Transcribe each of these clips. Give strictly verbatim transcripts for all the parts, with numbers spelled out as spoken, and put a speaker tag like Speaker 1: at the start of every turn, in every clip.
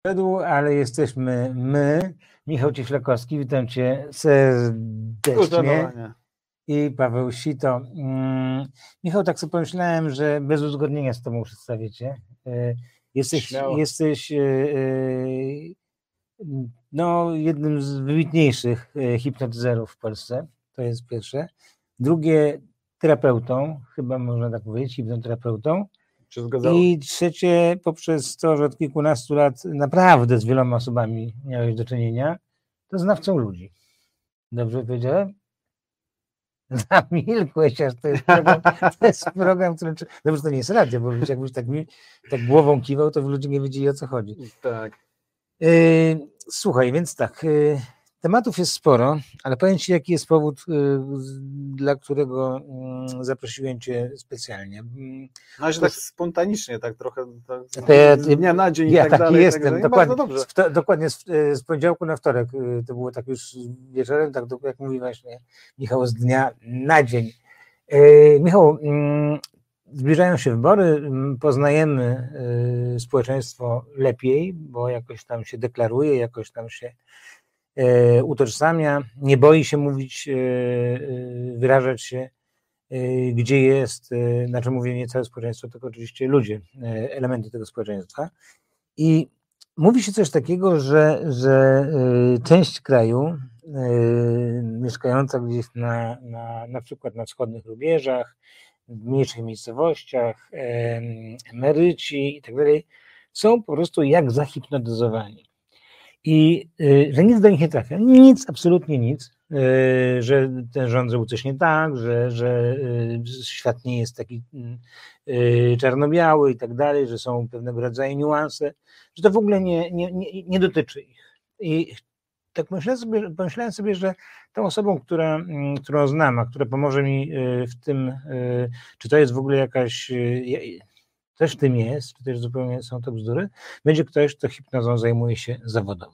Speaker 1: ale jesteśmy my, Michał Cieślakowski, witam Cię serdecznie i Paweł Sito. Michał, tak sobie pomyślałem, że bez uzgodnienia z Tobą przedstawię Cię. Jesteś, jesteś no, jednym z wybitniejszych hipnotyzerów w Polsce, to jest pierwsze. Drugie, terapeutą, chyba można tak powiedzieć, hipnoterapeutą. I trzecie, poprzez to, że od kilkunastu lat naprawdę z wieloma osobami miałeś do czynienia, to znawcą ludzi. Dobrze powiedziałem? Zamilkłeś, aż to jest program, to jest program, który... Dobrze, to nie jest radio, bo jakbyś tak, tak głową kiwał, to ludzie nie wiedzieli, o co chodzi.
Speaker 2: Tak.
Speaker 1: Słuchaj, więc tak, tematów jest sporo, ale powiem Ci, jaki jest powód, dla którego zaprosiłem Cię specjalnie.
Speaker 2: No, że tak spontanicznie, tak trochę tak,
Speaker 1: to ja,
Speaker 2: z dnia na dzień
Speaker 1: ja
Speaker 2: i tak
Speaker 1: taki
Speaker 2: dalej.
Speaker 1: jestem,
Speaker 2: tak,
Speaker 1: dokładnie,
Speaker 2: dobrze.
Speaker 1: W, dokładnie z, z poniedziałku na wtorek, to było tak już wieczorem, tak jak mówi właśnie Michał, z dnia na dzień. Michał, zbliżają się wybory, poznajemy społeczeństwo lepiej, bo jakoś tam się deklaruje, jakoś tam się utożsamia, nie boi się mówić, wyrażać się, gdzie jest, znaczy mówię nie całe społeczeństwo, tylko oczywiście ludzie, elementy tego społeczeństwa. I mówi się coś takiego, że, że część kraju mieszkająca gdzieś na, na, na przykład na wschodnich rubieżach, w mniejszych miejscowościach, emeryci i tak dalej, są po prostu jak zahipnotyzowani. I y, że nic do nich nie trafia, nic, absolutnie nic, y, że ten rząd zrobił coś nie tak, że, że y, świat nie jest taki y, czarno-biały i tak dalej, że są pewnego rodzaju niuanse, że to w ogóle nie, nie, nie, nie dotyczy ich. I tak pomyślałem sobie, pomyślałem sobie, że tą osobą, która, którą znam, a która pomoże mi w tym, czy to jest w ogóle jakaś... Też w tym jest, czy też zupełnie są to bzdury, będzie ktoś, kto hipnozą zajmuje się zawodowo.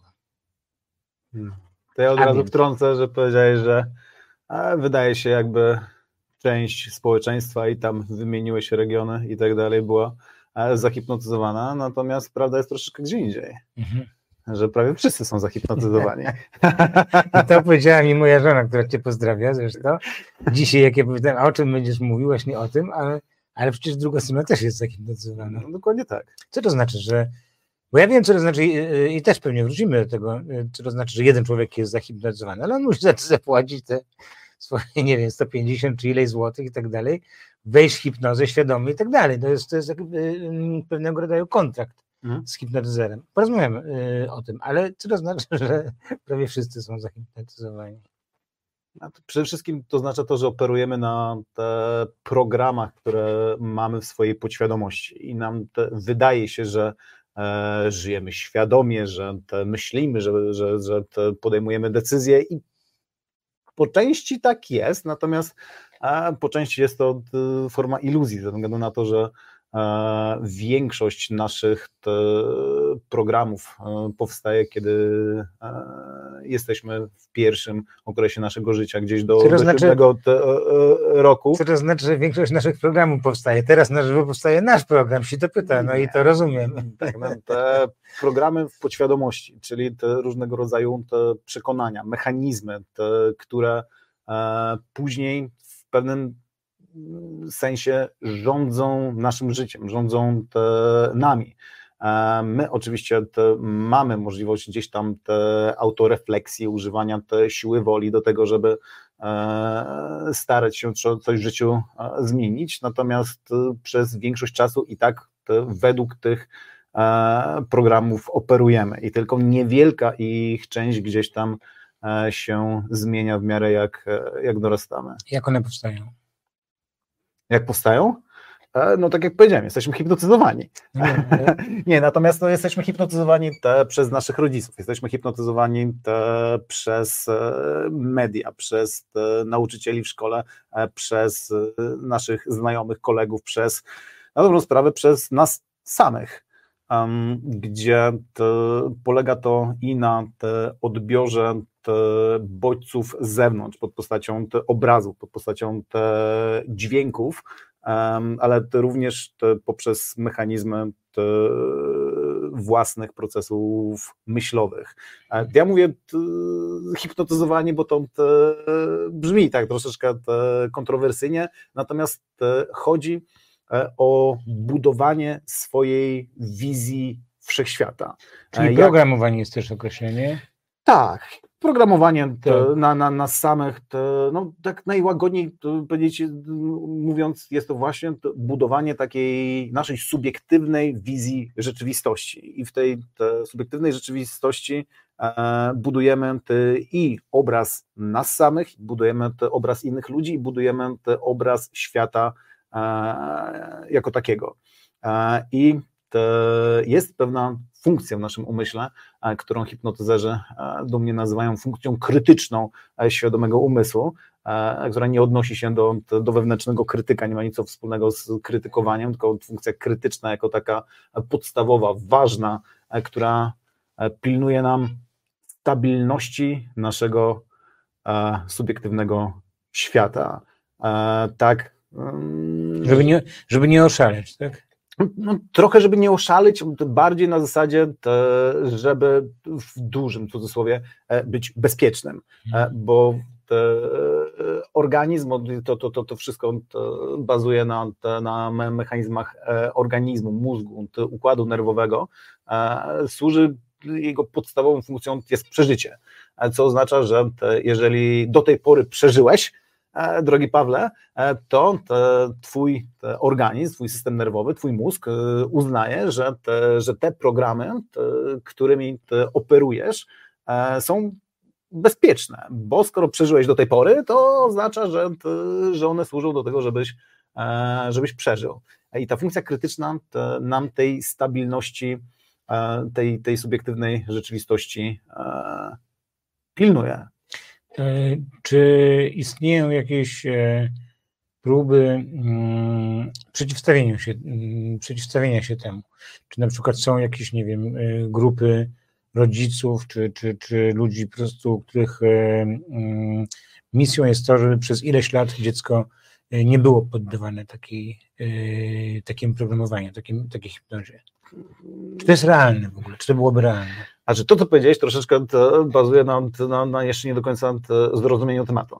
Speaker 2: To ja od a razu więc. wtrącę, że powiedziałeś, że wydaje się jakby część społeczeństwa i tam wymieniłeś regiony i tak dalej była zahipnotyzowana, natomiast prawda jest troszeczkę gdzie indziej. Mhm. Że prawie wszyscy są zahipnotyzowani.
Speaker 1: I to powiedziała mi moja żona, która Cię pozdrawia zresztą. Dzisiaj jak ja powiedziałem, a o czym będziesz mówił, właśnie o tym, ale Ale przecież druga strona też jest zahipnotyzowana.
Speaker 2: No, dokładnie tak.
Speaker 1: Co to znaczy, że... Bo ja wiem, co to znaczy i, i też pewnie wrócimy do tego, co to znaczy, że jeden człowiek jest zahipnotyzowany, ale on musi zapłacić te swoje, nie wiem, sto pięćdziesiąt czy ileś złotych i tak dalej, wejść w hipnozę świadomie i tak dalej. To jest, to jest pewnego rodzaju kontrakt hmm. z hipnotyzerem. Porozmawiamy o tym, ale co to znaczy, że prawie wszyscy są zahipnotyzowani?
Speaker 2: Przede wszystkim to znaczy to, że operujemy na te programach, które mamy w swojej podświadomości i nam te, wydaje się, że e, żyjemy świadomie, że te myślimy, że, że, że te podejmujemy decyzje i po części tak jest, natomiast e, po części jest to e, forma iluzji, ze względu na to, że e, większość naszych te, programów e, powstaje, kiedy e, jesteśmy w pierwszym okresie naszego życia, gdzieś do siódmego znaczy, roku.
Speaker 1: Co to znaczy, że większość naszych programów powstaje? Teraz na żywo powstaje nasz program, się to pyta, no nie, i to rozumiem.
Speaker 2: Tak, no, te programy w podświadomości, czyli te różnego rodzaju te przekonania, mechanizmy, te, które e, później w pewnym sensie rządzą naszym życiem, rządzą te nami. My oczywiście te, mamy możliwość gdzieś tam te autorefleksji, używania tej siły woli do tego, żeby e, starać się coś w życiu e, zmienić, natomiast e, przez większość czasu i tak te, według tych e, programów operujemy i tylko niewielka ich część gdzieś tam e, się zmienia w miarę jak, jak dorastamy.
Speaker 1: Jak one powstają?
Speaker 2: Jak powstają? No tak jak powiedziałem, jesteśmy hipnotyzowani. Nie, nie. nie natomiast no, jesteśmy hipnotyzowani te przez naszych rodziców, jesteśmy hipnotyzowani te przez media, przez nauczycieli w szkole, przez naszych znajomych, kolegów, przez, na dobrą sprawę, przez nas samych, um, gdzie polega to i na te odbiorze te bodźców z zewnątrz, pod postacią te obrazów, pod postacią te dźwięków, ale to również te poprzez mechanizmy te własnych procesów myślowych. Ja mówię t, hipnotyzowanie, bo to t, brzmi tak troszeczkę t, kontrowersyjnie, natomiast t, chodzi o budowanie swojej wizji wszechświata.
Speaker 1: Czyli
Speaker 2: Jak...
Speaker 1: programowanie jest też określenie?
Speaker 2: Tak, programowanie te,
Speaker 1: Tak.
Speaker 2: na, na, na samych, te, no tak najłagodniej powiedzieć, mówiąc, jest to właśnie to budowanie takiej naszej subiektywnej wizji rzeczywistości i w tej te subiektywnej rzeczywistości e, budujemy te, i obraz nas samych, budujemy te obraz innych ludzi i budujemy te obraz świata e, jako takiego. E, I jest pewna funkcja w naszym umyśle, którą hipnotyzerzy do mnie nazywają funkcją krytyczną świadomego umysłu, która nie odnosi się do, do wewnętrznego krytyka, nie ma nic wspólnego z krytykowaniem, tylko funkcja krytyczna jako taka podstawowa, ważna, która pilnuje nam stabilności naszego subiektywnego świata. Tak.
Speaker 1: Żeby nie, żeby nie oszaleć, tak?
Speaker 2: No, trochę, żeby nie oszaleć, bardziej na zasadzie, te, żeby w dużym cudzysłowie być bezpiecznym, bo te, organizm, to, to, to, to wszystko to bazuje na, te, na mechanizmach organizmu, mózgu, układu nerwowego, służy, jego podstawową funkcją jest przeżycie, co oznacza, że te, jeżeli do tej pory przeżyłeś, drogi Pawle, to te, twój te organizm, twój system nerwowy, twój mózg uznaje, że te, że te programy, te, którymi te operujesz, są bezpieczne, bo skoro przeżyłeś do tej pory, to oznacza, że, te, że one służą do tego, żebyś, żebyś przeżył. I ta funkcja krytyczna te, nam tej stabilności, tej, tej subiektywnej rzeczywistości pilnuje.
Speaker 1: Czy istnieją jakieś próby przeciwstawienia się, przeciwstawienia się temu? Czy na przykład są jakieś, nie wiem, grupy rodziców, czy, czy, czy ludzi po prostu, których misją jest to, żeby przez ileś lat dziecko nie było poddawane takiej, takim programowaniu, takim, takiej hipnozie? Czy to jest realne w ogóle? Czy to byłoby realne?
Speaker 2: A że to, co powiedziałeś, troszeczkę bazuje na, na, na jeszcze nie do końca zrozumieniu tematu.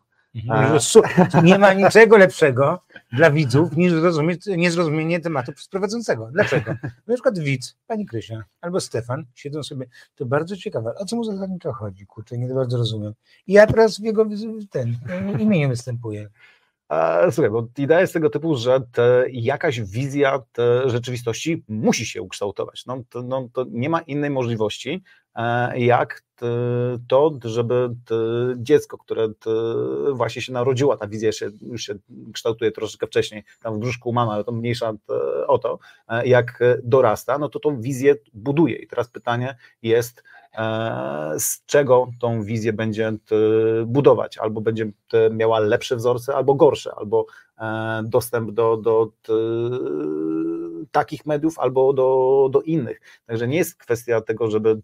Speaker 1: Nie ma niczego lepszego dla widzów niż zrozumieć, niezrozumienie tematu przez prowadzącego. Dlaczego? Na przykład widz, pani Krysia albo Stefan siedzą sobie, to bardzo ciekawe, o co mu zasadniczo chodzi, kurczę, nie bardzo rozumiem. I ja teraz w jego ten, imieniu występuję.
Speaker 2: Słuchaj, bo idea jest tego typu, że te, jakaś wizja te rzeczywistości musi się ukształtować. No, to, no, to nie ma innej możliwości, jak to, żeby dziecko, które właśnie się narodziło, ta wizja się, już się kształtuje troszeczkę wcześniej, tam w brzuszku mamy, ale to mniejsza o to, jak dorasta, no to tą wizję buduje. I teraz pytanie jest, z czego tą wizję będzie budować, albo będzie miała lepsze wzorce, albo gorsze, albo dostęp do, do takich mediów, albo do, do innych. Także nie jest kwestia tego, żeby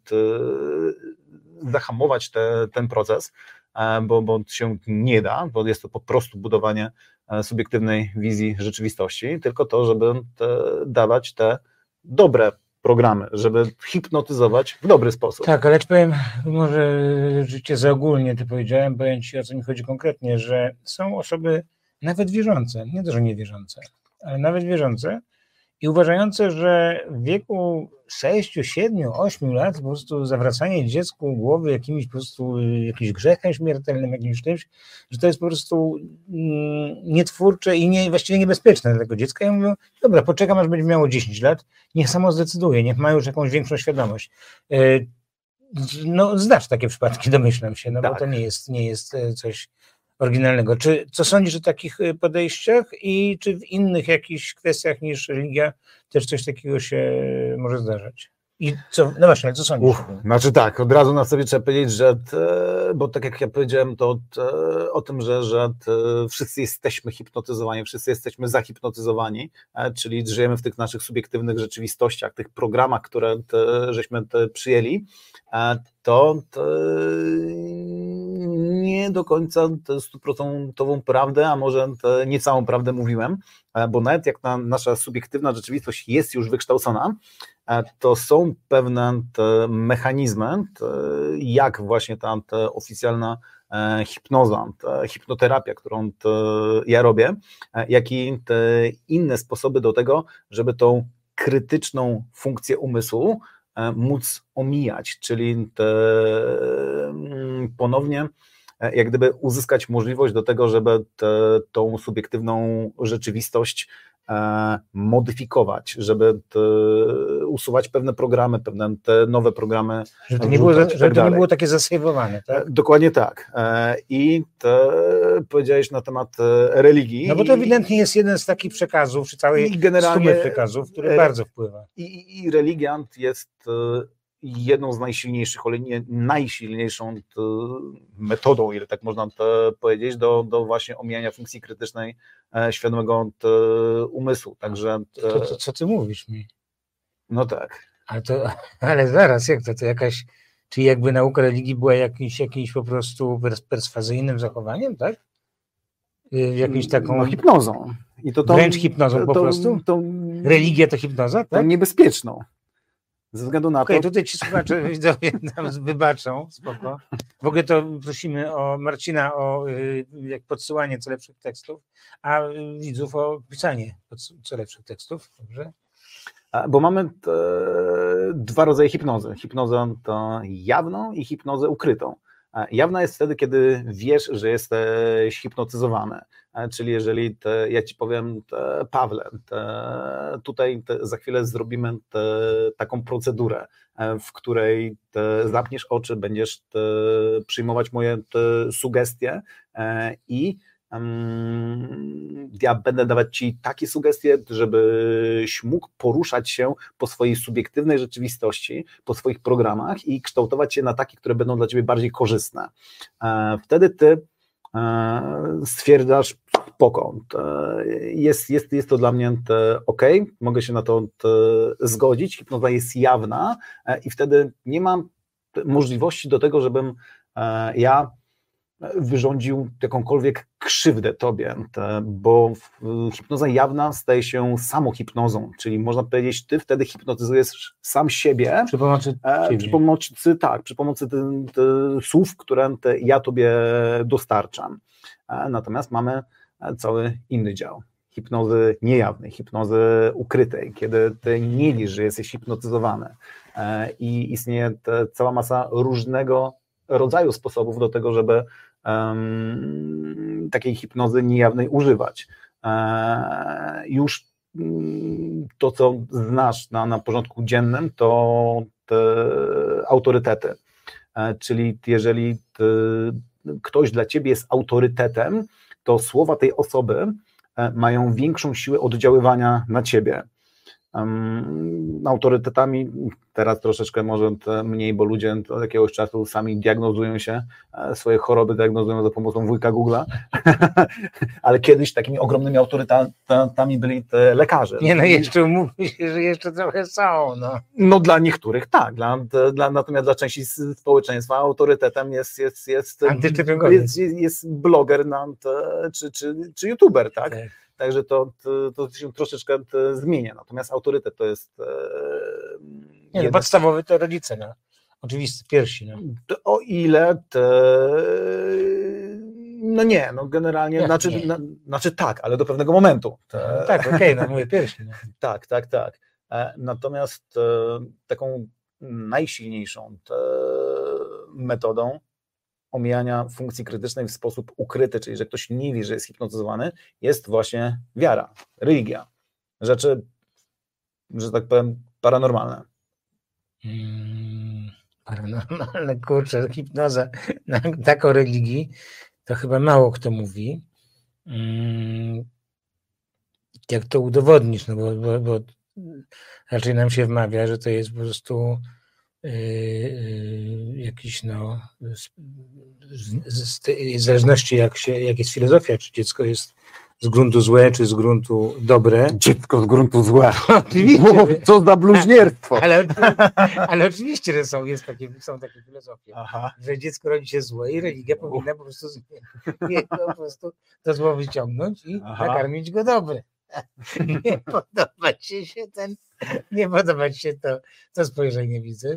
Speaker 2: zahamować te, ten proces, bo, bo się nie da, bo jest to po prostu budowanie subiektywnej wizji rzeczywistości, tylko to, żeby te, dawać te dobre programy, żeby hipnotyzować w dobry sposób.
Speaker 1: Tak, ale ci powiem, może życie za ogólnie to powiedziałem, powiem ci, o co mi chodzi konkretnie, że są osoby nawet wierzące, nie to, że niewierzące, ale nawet wierzące i uważające, że w wieku sześciu, siedmiu, ośmiu lat po prostu zawracanie dziecku głowy jakimś po prostu jakimś grzechem śmiertelnym, jakimś czymś, że to jest po prostu nietwórcze i nie, właściwie niebezpieczne dla tego dziecka. Ja mówię, dobra, poczekam, aż będzie miało dziesięć lat, niech samo zdecyduje, niech ma już jakąś większą świadomość. No znasz takie przypadki, domyślam się, no tak. Bo to nie jest, nie jest coś oryginalnego. Czy, co sądzisz o takich podejściach i czy w innych jakichś kwestiach niż religia też coś takiego się może zdarzać? I co, no właśnie, ale co sądzisz?
Speaker 2: Uf, znaczy tak, od razu na sobie trzeba powiedzieć, że te, bo tak jak ja powiedziałem, to te, o tym, że, że te, wszyscy jesteśmy hipnotyzowani, wszyscy jesteśmy zahipnotyzowani, e, czyli żyjemy w tych naszych subiektywnych rzeczywistościach, tych programach, które te, żeśmy te przyjęli, e, to te, nie do końca stuprocentową prawdę, a może nie całą prawdę mówiłem, bo nawet jak ta nasza subiektywna rzeczywistość jest już wykształcona, to są pewne te mechanizmy, te, jak właśnie ta, ta oficjalna hipnoza, ta hipnoterapia, którą ja robię, jak i te inne sposoby do tego, żeby tą krytyczną funkcję umysłu móc omijać, czyli te, ponownie jak gdyby uzyskać możliwość do tego, żeby te, tą subiektywną rzeczywistość modyfikować, żeby te, usuwać pewne programy, pewne te nowe programy.
Speaker 1: Żeby to nie było,
Speaker 2: tak
Speaker 1: żeby to nie było takie zasejwowane, tak?
Speaker 2: Dokładnie tak. I te, powiedziałeś na temat religii.
Speaker 1: No bo to ewidentnie jest jeden z takich przekazów, czy całej sumy przekazów, który bardzo wpływa.
Speaker 2: I, i religia jest jedną z najsilniejszych, ale nie najsilniejszą metodą, ile tak można to powiedzieć, do, do właśnie omijania funkcji krytycznej świadomego umysłu. Także
Speaker 1: to, to, co ty mówisz mi?
Speaker 2: No tak.
Speaker 1: Ale, to, ale zaraz, jak to, to jakaś, czy jakby nauka religii była jakimś, jakimś po prostu perswazyjnym zachowaniem, tak? Jakimś taką...
Speaker 2: No, hipnozą. I to tą,
Speaker 1: wręcz hipnozą po
Speaker 2: tą,
Speaker 1: prostu?
Speaker 2: Tą,
Speaker 1: Religia to hipnoza, tak?
Speaker 2: Tą niebezpieczną. Ze względu na
Speaker 1: okay,
Speaker 2: to...
Speaker 1: Tutaj ci słuchacze widzowie nam wybaczą, spoko. W ogóle to prosimy o Marcina o jak podsyłanie co lepszych tekstów, a widzów o pisanie co lepszych tekstów, dobrze?
Speaker 2: Bo mamy te dwa rodzaje hipnozy. Hipnozę to jawną i hipnozę ukrytą. Jawna jest wtedy, kiedy wiesz, że jesteś hipnotyzowany. Czyli jeżeli te, ja ci powiem, te, Pawle, te, tutaj te, za chwilę zrobimy te, taką procedurę, w której te, zamkniesz oczy, będziesz te, przyjmować moje te, sugestie i ja będę dawać ci takie sugestie, żebyś mógł poruszać się po swojej subiektywnej rzeczywistości, po swoich programach i kształtować się na takie, które będą dla ciebie bardziej korzystne. Wtedy ty stwierdzasz, spoko, jest, jest, jest to dla mnie ok, mogę się na to zgodzić, hipnoza jest jawna i wtedy nie mam możliwości do tego, żebym ja wyrządził jakąkolwiek krzywdę tobie, bo hipnoza jawna staje się samohipnozą, czyli można powiedzieć, ty wtedy hipnotyzujesz sam siebie
Speaker 1: przy pomocy,
Speaker 2: e, przy pomocy tak, przy pomocy te, te słów, które te ja tobie dostarczam. E, natomiast mamy cały inny dział hipnozy niejawnej, hipnozy ukrytej, kiedy ty nie wiesz, że jesteś hipnotyzowany e, i istnieje cała masa różnego rodzaju sposobów do tego, żeby um, takiej hipnozy niejawnej używać. E, już to, co znasz na, na porządku dziennym, to te autorytety. E, czyli jeżeli ty, ktoś dla ciebie jest autorytetem, to słowa tej osoby mają większą siłę oddziaływania na ciebie. Um, autorytetami teraz troszeczkę może mniej, bo ludzie od jakiegoś czasu sami diagnozują się, swoje choroby diagnozują za pomocą wujka Google'a, ale kiedyś takimi ogromnymi autorytetami byli te lekarze.
Speaker 1: Nie no, jeszcze mówi się, że jeszcze trochę są. No,
Speaker 2: no dla niektórych tak, dla, dla, natomiast dla części społeczeństwa autorytetem jest jest, jest, jest, jest bloger na, czy, czy, czy youtuber, tak? tak. Także to, to, to się troszeczkę zmienia. Natomiast autorytet to jest... E,
Speaker 1: nie, jeden... podstawowy to rodzice, no. Oczywiście, pierwsi. No.
Speaker 2: O ile te... No nie, no generalnie, nie, znaczy, nie. Na, znaczy tak, ale do pewnego momentu. Te...
Speaker 1: No tak, okej, okay, no mówię pierwsi. No.
Speaker 2: tak, tak, tak. E, natomiast e, taką najsilniejszą te metodą omijania funkcji krytycznej w sposób ukryty, czyli że ktoś nie wie, że jest hipnotyzowany, jest właśnie wiara, religia. Rzeczy, że tak powiem, paranormalne.
Speaker 1: Hmm, paranormalne, kurczę, hipnoza na taką religii, to chyba mało kto mówi. Hmm, jak to udowodnisz, no bo, bo, bo raczej nam się wmawia, że to jest po prostu Yy, jakiś no z, z, z, z zależności jak się, jak jest filozofia, czy dziecko jest z gruntu złe, czy z gruntu dobre.
Speaker 2: Dziecko z gruntu złe.
Speaker 1: Oczywiście.
Speaker 2: Bo, co za bluźnierstwo.
Speaker 1: Ale, ale oczywiście, że są, jest takie, są takie filozofie,
Speaker 2: Aha.
Speaker 1: że dziecko rodzi się złe i religia powinna po prostu, nie, po prostu to zło wyciągnąć i
Speaker 2: Aha.
Speaker 1: nakarmić go dobre. Nie podoba ci się ten, nie podoba ci się to, to spojrzenie, widzę.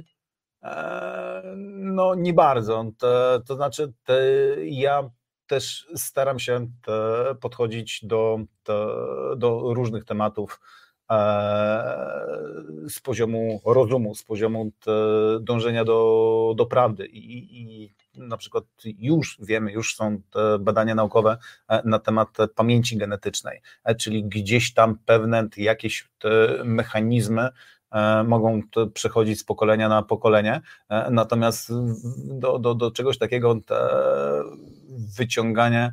Speaker 2: No nie bardzo. To, to znaczy te, ja też staram się te, podchodzić do, te, do różnych tematów e, z poziomu rozumu, z poziomu te, dążenia do, do prawdy i, i na przykład już wiemy, już są te badania naukowe na temat pamięci genetycznej, czyli gdzieś tam pewne jakieś te mechanizmy mogą to przechodzić z pokolenia na pokolenie, natomiast do, do, do czegoś takiego te wyciąganie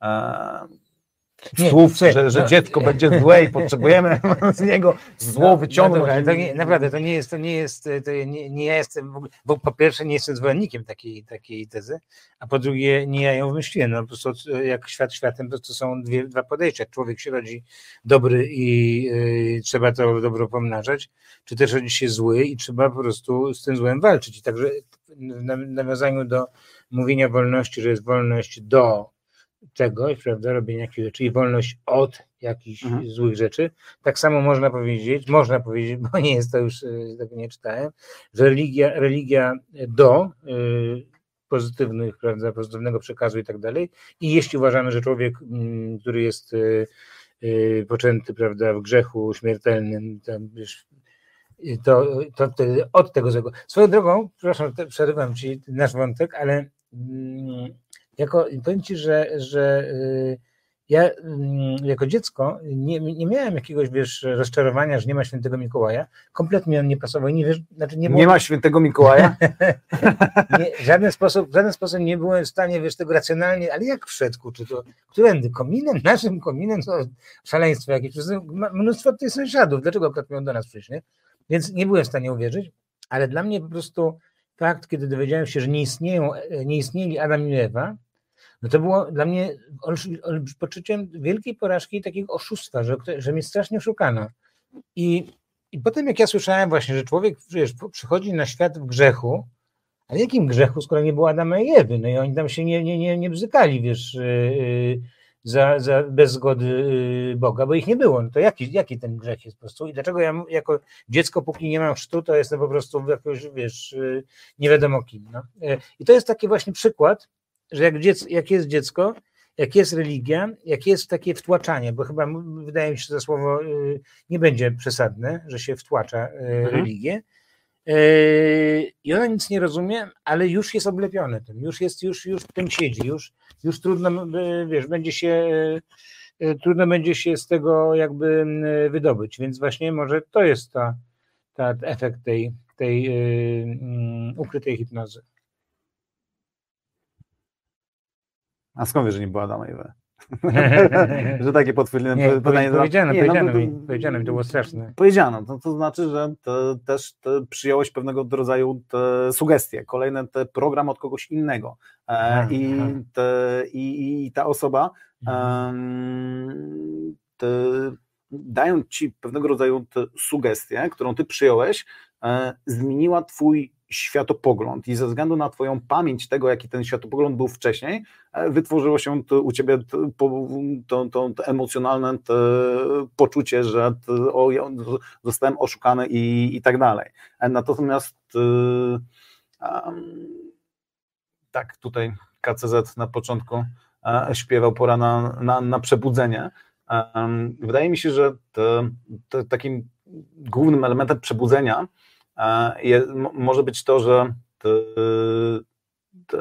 Speaker 1: Nie,
Speaker 2: słów,
Speaker 1: słuchaj,
Speaker 2: że, że
Speaker 1: no,
Speaker 2: dziecko będzie złe i potrzebujemy z niego zło
Speaker 1: no,
Speaker 2: wyciągnąć.
Speaker 1: No dobra, to nie, naprawdę, to nie jest, to nie jest, to nie, nie ja jestem, w ogóle, bo po pierwsze nie jestem zwolennikiem takiej, takiej tezy, a po drugie nie ja ją wymyśliłem, no po prostu jak świat światem, po prostu są dwie, dwa podejścia, człowiek się rodzi dobry i y, trzeba to dobro pomnażać, czy też rodzi się zły i trzeba po prostu z tym złem walczyć i także w nawiązaniu do mówienia wolności, że jest wolność do czegoś, prawda, robienia jakichś rzeczy i wolność od jakichś mhm. złych rzeczy. Tak samo można powiedzieć, można powiedzieć, bo nie jest to już, tego nie czytałem, że religia, religia do y, pozytywnych, prawda, pozytywnego przekazu i tak dalej. I jeśli uważamy, że człowiek, y, który jest y, y, poczęty, prawda, w grzechu śmiertelnym, tam, wiesz, to, to wtedy od tego złego. Swoją drogą, przepraszam, przerywam ci nasz wątek, ale y, Jako, powiem ci, że, że ja jako dziecko nie, nie miałem jakiegoś, wiesz, rozczarowania, że nie ma świętego Mikołaja. Kompletnie on nie pasował. Nie, wiesz, znaczy nie, było...
Speaker 2: nie ma świętego Mikołaja?
Speaker 1: nie, w żaden sposób, w żaden sposób nie byłem w stanie, wiesz, tego racjonalnie, ale jak wszedł, czy to którędy? Kominem? Naszym kominem? To szaleństwo jakieś. Mnóstwo tych sąsiadów. Dlaczego akurat miał do nas przyjść, nie? Więc nie byłem w stanie uwierzyć, ale dla mnie po prostu fakt, kiedy dowiedziałem się, że nie istnieją, nie istnieli Adam i Ewa, no to było dla mnie poczuciem wielkiej porażki i takiego oszustwa, że, że mnie strasznie oszukano. I, I potem jak ja słyszałem właśnie, że człowiek, wiesz, przychodzi na świat w grzechu, ale jakim grzechu, skoro nie było Adama i Ewy? No i oni tam się nie, nie, nie, nie bzykali, wiesz, yy, za, za, bez zgody yy, Boga, bo ich nie było. No to jaki, jaki ten grzech jest po prostu? I dlaczego ja jako dziecko, póki nie mam chrztu, to jestem po prostu jakoś, wiesz, yy, nie wiadomo kim. No. Yy, I to jest taki właśnie przykład, że jak, dziec, jak jest dziecko, jak jest religia, jak jest takie wtłaczanie, bo chyba wydaje mi się, że to słowo y, nie będzie przesadne, że się wtłacza y, mhm. religię y, i ona nic nie rozumie, ale już jest oblepione tym, już jest, już, już w tym siedzi, już, już trudno, y, wiesz, będzie się, y, trudno będzie się z tego jakby y, wydobyć, więc właśnie może to jest ta, ta efekt tej, tej y, y, ukrytej hipnozy.
Speaker 2: A skąd wiesz, że nie była Adama i Ewy? Że takie podchwytliwe
Speaker 1: nie,
Speaker 2: pytanie.
Speaker 1: Powiedziano,
Speaker 2: nie,
Speaker 1: powiedziano,
Speaker 2: no, to,
Speaker 1: mi, powiedziano mi, to było straszne.
Speaker 2: Powiedziano, to, to znaczy, że te, też te przyjąłeś pewnego rodzaju te sugestie, kolejny te program od kogoś innego e, i, te, i, i ta osoba um, te, dają ci pewnego rodzaju te sugestie, którą ty przyjąłeś, e, zmieniła twój światopogląd i ze względu na twoją pamięć tego, jaki ten światopogląd był wcześniej, wytworzyło się to u ciebie to, to, to, to emocjonalne to poczucie, że to, o, ja zostałem oszukany i, i tak dalej. Natomiast um, tak, tutaj K C Z na początku śpiewał Pora na, na, na przebudzenie. Um, wydaje mi się, że to, to takim głównym elementem przebudzenia Je, może być to, że ty, ty,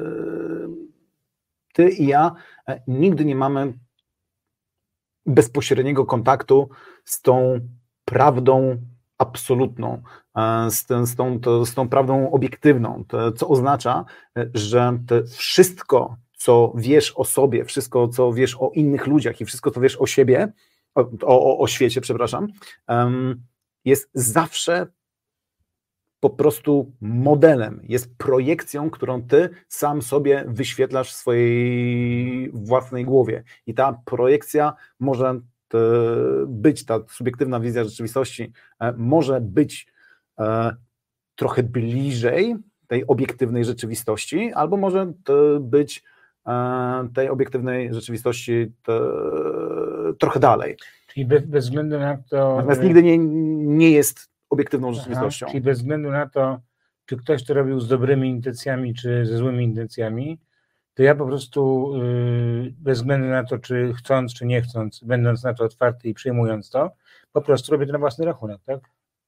Speaker 2: ty i ja nigdy nie mamy bezpośredniego kontaktu z tą prawdą absolutną, z, ten, z, tą, to, z tą prawdą obiektywną, to, co oznacza, że to wszystko, co wiesz o sobie, wszystko, co wiesz o innych ludziach i wszystko, co wiesz o siebie, o, o, o świecie, przepraszam, jest zawsze po prostu modelem, jest projekcją, którą ty sam sobie wyświetlasz w swojej własnej głowie. I ta projekcja może być, ta subiektywna wizja rzeczywistości może być trochę bliżej tej obiektywnej rzeczywistości, albo może być tej obiektywnej rzeczywistości trochę dalej.
Speaker 1: Czyli bez, bez względu na to...
Speaker 2: Natomiast nigdy nie, nie jest obiektywną rzeczywistością.
Speaker 1: Aha, czyli bez względu na to, czy ktoś to robił z dobrymi intencjami, czy ze złymi intencjami, to ja po prostu yy, bez względu na to, czy chcąc, czy nie chcąc, będąc na to otwarty i przyjmując to, po prostu robię to na własny rachunek, tak?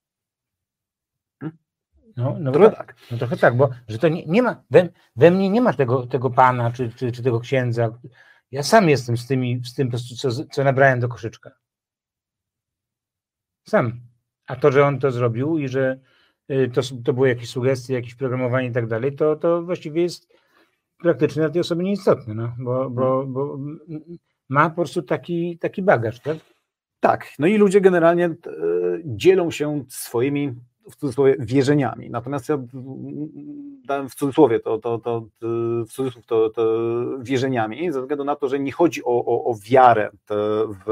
Speaker 1: No, no
Speaker 2: trochę
Speaker 1: tak,
Speaker 2: tak.
Speaker 1: No trochę tak, bo że to nie, nie ma, we, we mnie nie ma tego, tego pana, czy, czy, czy tego księdza. Ja sam jestem z, tymi, z tym, po prostu, co, co nabrałem do koszyczka. Sam. A to, że on to zrobił i że to, to były jakieś sugestie, jakieś programowanie i tak dalej, to, to właściwie jest praktycznie dla tej osoby nieistotne, no, bo, bo, bo ma po prostu taki, taki bagaż, tak?
Speaker 2: Tak, no i ludzie generalnie e, dzielą się swoimi, w cudzysłowie, wierzeniami. Natomiast ja dałem w cudzysłowie to, to, to, w cudzysłów to, to wierzeniami, ze względu na to, że nie chodzi o, o, o wiarę w,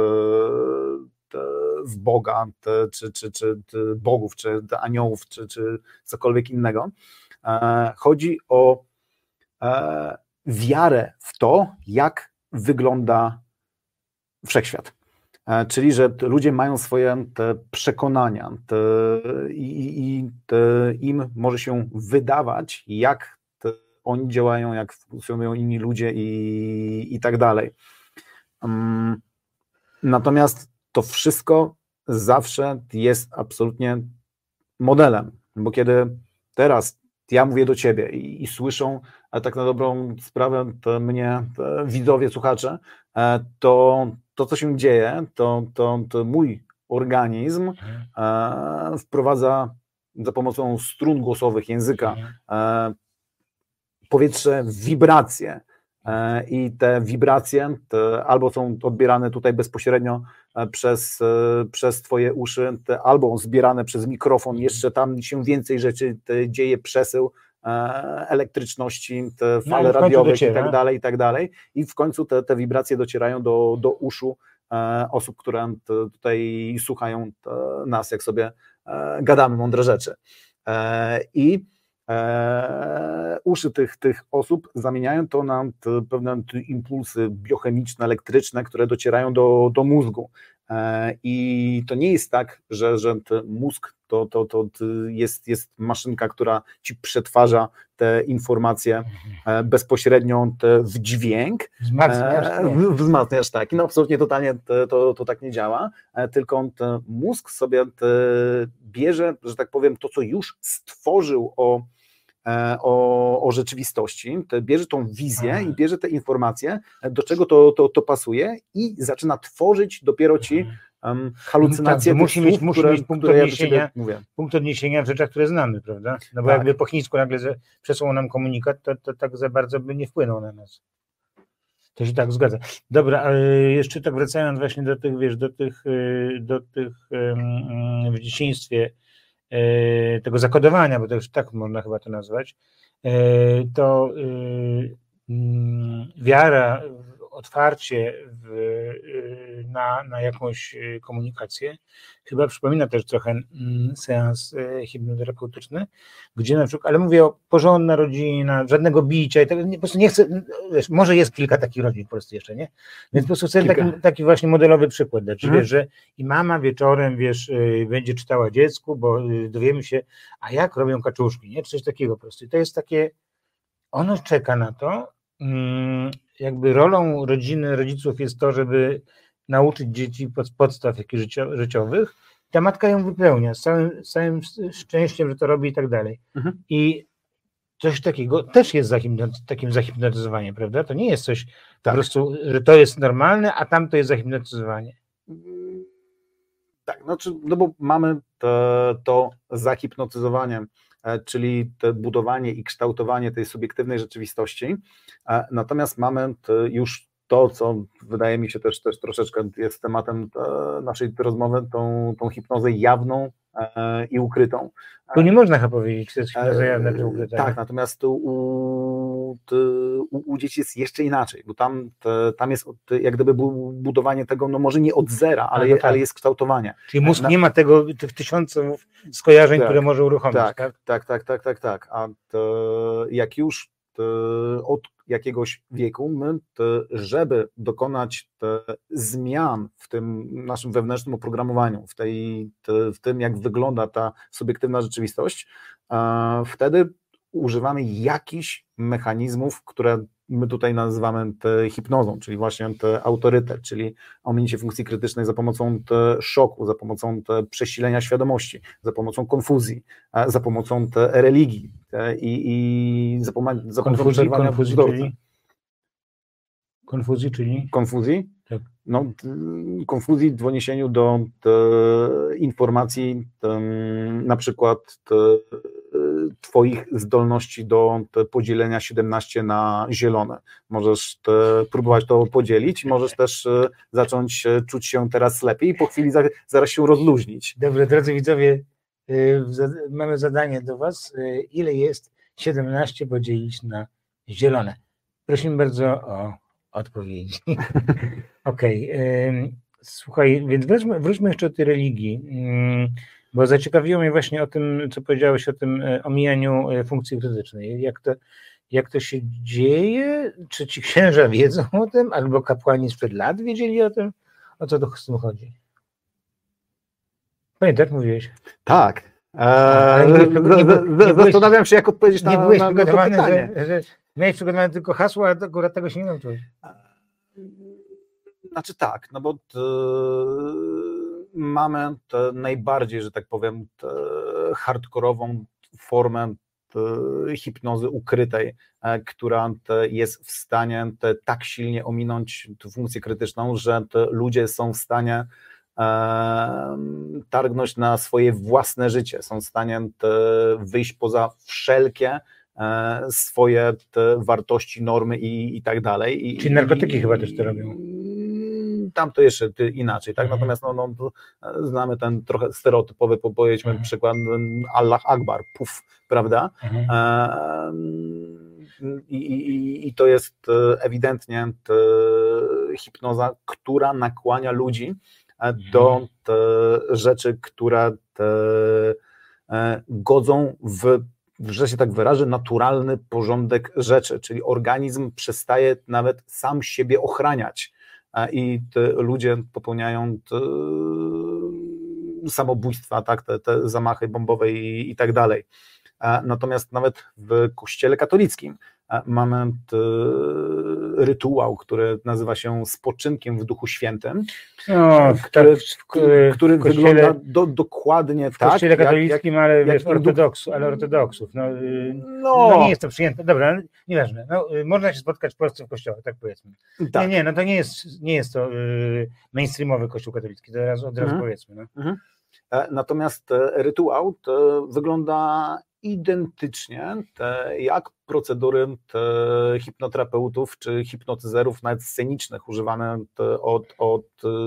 Speaker 2: w Boga, te, czy, czy, czy bogów, czy aniołów, czy, czy cokolwiek innego. E, chodzi o e, wiarę w to, jak wygląda wszechświat. Czyli, że ludzie mają swoje te przekonania te, i, i te, im może się wydawać, jak te, oni działają, jak funkcjonują inni ludzie i, i tak dalej. Um, natomiast to wszystko zawsze jest absolutnie modelem, bo kiedy teraz ja mówię do ciebie i, i słyszą, a tak na dobrą sprawę to mnie to widzowie, słuchacze, to to, co się dzieje, to, to, to mój organizm e, wprowadza za pomocą strun głosowych języka e, powietrze w wibracje e, i te wibracje te albo są odbierane tutaj bezpośrednio przez, e, przez twoje uszy, te albo zbierane przez mikrofon, jeszcze tam się więcej rzeczy dzieje, przesył elektryczności, te fale no, radiowe i tak dalej, i tak dalej. I w końcu te, te wibracje docierają do, do uszu e, osób, które tutaj słuchają nas, jak sobie e, gadamy mądre rzeczy. E, I e, uszy tych, tych osób zamieniają to na te pewne impulsy biochemiczne, elektryczne, które docierają do, do mózgu. I to nie jest tak, że, że mózg to, to, to jest, jest maszynka, która ci przetwarza te informacje bezpośrednio w dźwięk.
Speaker 1: Wzmacniasz?
Speaker 2: Wzmacniasz, tak. No absolutnie, totalnie to, to, to tak nie działa, tylko ten mózg sobie bierze, że tak powiem, to, co już stworzył o O, o rzeczywistości, to bierze tą wizję Aha. i bierze te informacje, do czego to, to, to pasuje i zaczyna tworzyć dopiero ci um, halucynacje.
Speaker 1: Tak, musi
Speaker 2: słów,
Speaker 1: mieć, musi
Speaker 2: które,
Speaker 1: mieć punkt,
Speaker 2: które
Speaker 1: odniesienia,
Speaker 2: ja mówię.
Speaker 1: punkt odniesienia w rzeczach, które znamy, prawda? No bo
Speaker 2: tak.
Speaker 1: jakby po chińsku nagle przesłał nam komunikat, to, to tak za bardzo by nie wpłynął na nas. To się tak zgadza. Dobra, ale jeszcze tak wracając właśnie do tych, wiesz, do tych, do tych um, w dzieciństwie tego zakodowania, bo to już tak można chyba to nazwać, to wiara, otwarcie w, na, na jakąś komunikację chyba przypomina też trochę seans hipnoterapeutyczny, gdzie na przykład, ale mówię o porządna rodzina, żadnego bicia i tak, po prostu nie chcę, wiesz, może jest kilka takich rodzin po prostu jeszcze, nie? Więc po prostu chcę taki, taki właśnie modelowy przykład dać, mhm. wiesz, że i mama wieczorem, wiesz, będzie czytała dziecku, bo dowiemy się, a jak robią kaczuszki, nie? Czy coś takiego po prostu. I to jest takie, ono czeka na to, jakby rolą rodziny, rodziców jest to, żeby nauczyć dzieci pod, podstaw jakichś życio, życiowych, ta matka ją wypełnia z całym, z całym szczęściem, że to robi i tak dalej. Mhm. I coś takiego też jest zahipnoty, takim zahipnotyzowaniem, prawda? To nie jest coś tak. po prostu, że to jest normalne, a tam to jest zahipnotyzowanie.
Speaker 2: Tak, znaczy, no bo mamy to, to zahipnotyzowanie, czyli to budowanie i kształtowanie tej subiektywnej rzeczywistości, natomiast mamy to już to, co wydaje mi się też, też troszeczkę jest tematem naszej rozmowy, tą, tą hipnozę jawną e, i ukrytą.
Speaker 1: Tu nie można chyba powiedzieć, czy to jest hipnoza jawna, czy ukryta.
Speaker 2: Tak, natomiast u, u, u dzieci jest jeszcze inaczej, bo tam, te, tam jest jak gdyby budowanie tego, no może nie od zera, ale, no tak. ale jest kształtowanie.
Speaker 1: Czyli mózg Na, nie ma tego, tych tysiąców skojarzeń, tak, które może uruchomić.
Speaker 2: Tak, tak, tak, tak, tak, tak, tak. A to, jak już to, od jakiegoś wieku, my, to, żeby dokonać te zmian w tym naszym wewnętrznym oprogramowaniu, w, tej, te, w tym, jak wygląda ta subiektywna rzeczywistość, a wtedy używamy jakichś mechanizmów, które my tutaj nazywamy te hipnozą, czyli właśnie te autorytet, czyli ominięcie funkcji krytycznej za pomocą te szoku, za pomocą te przesilenia świadomości, za pomocą konfuzji, za pomocą te religii te i, i za, pomocą, za pomocą
Speaker 1: konfuzji, konfuzji, czyli? Konfuzji, czyli?
Speaker 2: Konfuzji?
Speaker 1: Tak.
Speaker 2: No, konfuzji w odniesieniu do te informacji, te, na przykład te, twoich zdolności do te podzielenia siedemnaście na zielone. Możesz te, próbować to podzielić, możesz też zacząć czuć się teraz lepiej i po chwili za, zaraz się rozluźnić.
Speaker 1: Dobrze, drodzy widzowie, yy, mamy zadanie do was. Yy, ile jest siedemnaście podzielić na zielone? Prosimy bardzo o odpowiedzi. Okej. Okay. Słuchaj, więc wróćmy, wróćmy jeszcze do tej religii, bo zaciekawiło mnie właśnie o tym, co powiedziałeś o tym omijaniu funkcji krytycznej. Jak to, jak to się dzieje? Czy ci księża wiedzą o tym? Albo kapłani sprzed lat wiedzieli o tym? O co to z tym chodzi? Pamiętasz, mówiłeś?
Speaker 2: Tak. Eee, nie, nie, nie, nie zastanawiam się, jak odpowiedzieć na,
Speaker 1: nie
Speaker 2: na, na to pytanie.
Speaker 1: Że, że miałeś przygotowane tylko hasło, a akurat tego się nie nauczyłeś.
Speaker 2: Znaczy tak, no bo te, mamy te najbardziej, że tak powiem, te hardkorową formę te hipnozy ukrytej, która te jest w stanie te tak silnie ominąć tę funkcję krytyczną, że te ludzie są w stanie e, targnąć na swoje własne życie, są w stanie te wyjść poza wszelkie e, swoje te wartości, normy i, i tak dalej. I,
Speaker 1: Czyli narkotyki i, chyba też to robią.
Speaker 2: Tam to jeszcze inaczej, tak? Natomiast no, no, znamy ten trochę stereotypowy, powiedzmy, mhm. przykład Allah Akbar, puf, prawda? Mhm. E, i, i, I to jest ewidentnie hipnoza, która nakłania ludzi mhm. do te rzeczy, które te, e, godzą w, że się tak wyrażę, naturalny porządek rzeczy, czyli organizm przestaje nawet sam siebie ochraniać. I te ludzie popełniają te samobójstwa, tak, te, te zamachy bombowe i, i tak dalej. Natomiast nawet w kościele katolickim mamy rytuał, który nazywa się spoczynkiem w Duchu Świętym, no, który, w, który, który w kościele, wygląda do, dokładnie
Speaker 1: w
Speaker 2: tak.
Speaker 1: W kościele katolickim, jak, ale, jak, wiesz, ortodoksu, ale ortodoksów. No, no. no nie jest to przyjęte, dobra, nieważne. No, można się spotkać w Polsce w kościołach, tak powiedzmy. Tak. Nie, nie, no to nie jest, nie jest to mainstreamowy kościół katolicki, to od razu, od razu mhm. powiedzmy. No. Mhm.
Speaker 2: Natomiast rytuał to wygląda identycznie te, jak procedury te hipnoterapeutów czy hipnotyzerów, nawet scenicznych, używane te od, od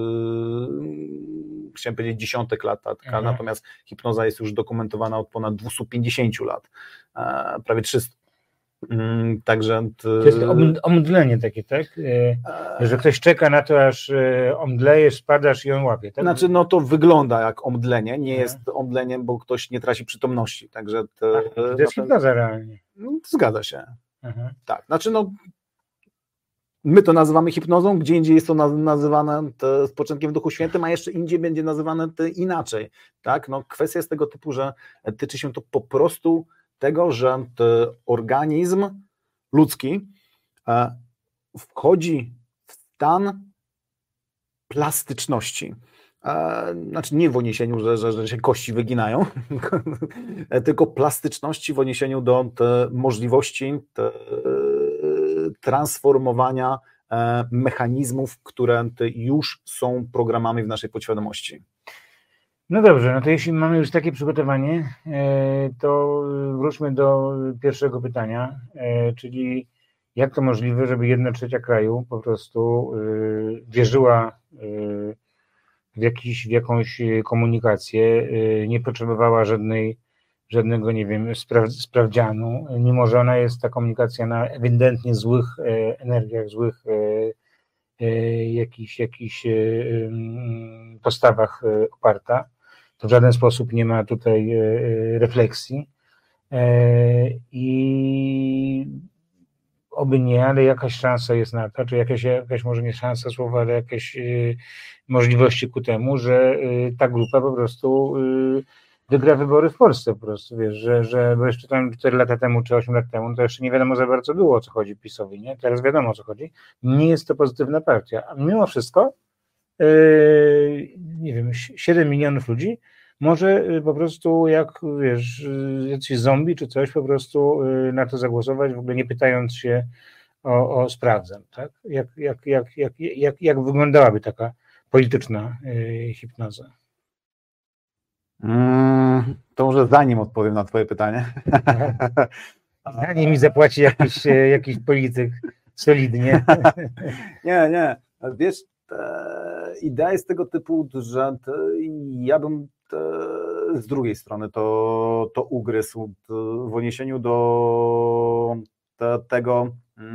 Speaker 2: yy, chciałem powiedzieć dziesiątek lat, tak? Mhm. Natomiast hipnoza jest już dokumentowana od ponad dwieście pięćdziesiąt lat, e, prawie trzysta. Mm, także t...
Speaker 1: To jest omdlenie takie, tak? E, że ktoś czeka na to, aż omdlejesz, spadasz i on łapie, tak?
Speaker 2: Znaczy, no to wygląda jak omdlenie, nie jest omdleniem, bo ktoś nie traci przytomności, także... Te,
Speaker 1: Ach, to jest no, hipnoza realnie.
Speaker 2: No, zgadza się. Aha. Tak, znaczy no my to nazywamy hipnozą, gdzie indziej jest to nazywane spoczynkiem w Duchu Świętym, a jeszcze indziej będzie nazywane inaczej, tak? No kwestia jest tego typu, że tyczy się to po prostu tego, że organizm ludzki wchodzi w stan plastyczności. Znaczy nie w odniesieniu, że, że, że się kości wyginają, tylko plastyczności w odniesieniu do te możliwości te transformowania mechanizmów, które już są programami w naszej podświadomości.
Speaker 1: No dobrze, no to jeśli mamy już takie przygotowanie, to wróćmy do pierwszego pytania, czyli jak to możliwe, żeby jedna trzecia kraju po prostu wierzyła w, jakiś, w jakąś komunikację, nie potrzebowała żadnej, żadnego, nie wiem, spra sprawdzianu, mimo że ona jest, ta komunikacja, na ewidentnie złych energiach, złych jakichś, jakichś postawach oparta, to w żaden sposób nie ma tutaj refleksji i oby nie, ale jakaś szansa jest na to, czy jakaś, jakaś może nie szansa słowa, ale jakieś y, możliwości ku temu, że y, ta grupa po prostu y, wygra wybory w Polsce po prostu, wiesz, że, że bo jeszcze tam cztery lata temu, czy osiem lat temu, to jeszcze nie wiadomo za bardzo było, o co chodzi PiS-owi, nie? Teraz wiadomo, o co chodzi. Nie jest to pozytywna partia, a mimo wszystko y, nie wiem, siedem milionów ludzi może po prostu, jak wiesz, jacyś zombie czy coś, po prostu na to zagłosować, w ogóle nie pytając się o, o sprawdzam, tak? Jak, jak, jak, jak, jak, jak wyglądałaby taka polityczna hipnoza?
Speaker 2: Mm, to może zanim odpowiem na twoje pytanie.
Speaker 1: Zanim mi zapłaci jakiś, jakiś polityk solidnie.
Speaker 2: Nie, nie. Wiesz, idea jest tego typu, że ja bym z drugiej strony to, to ugryzł w odniesieniu do te, tego,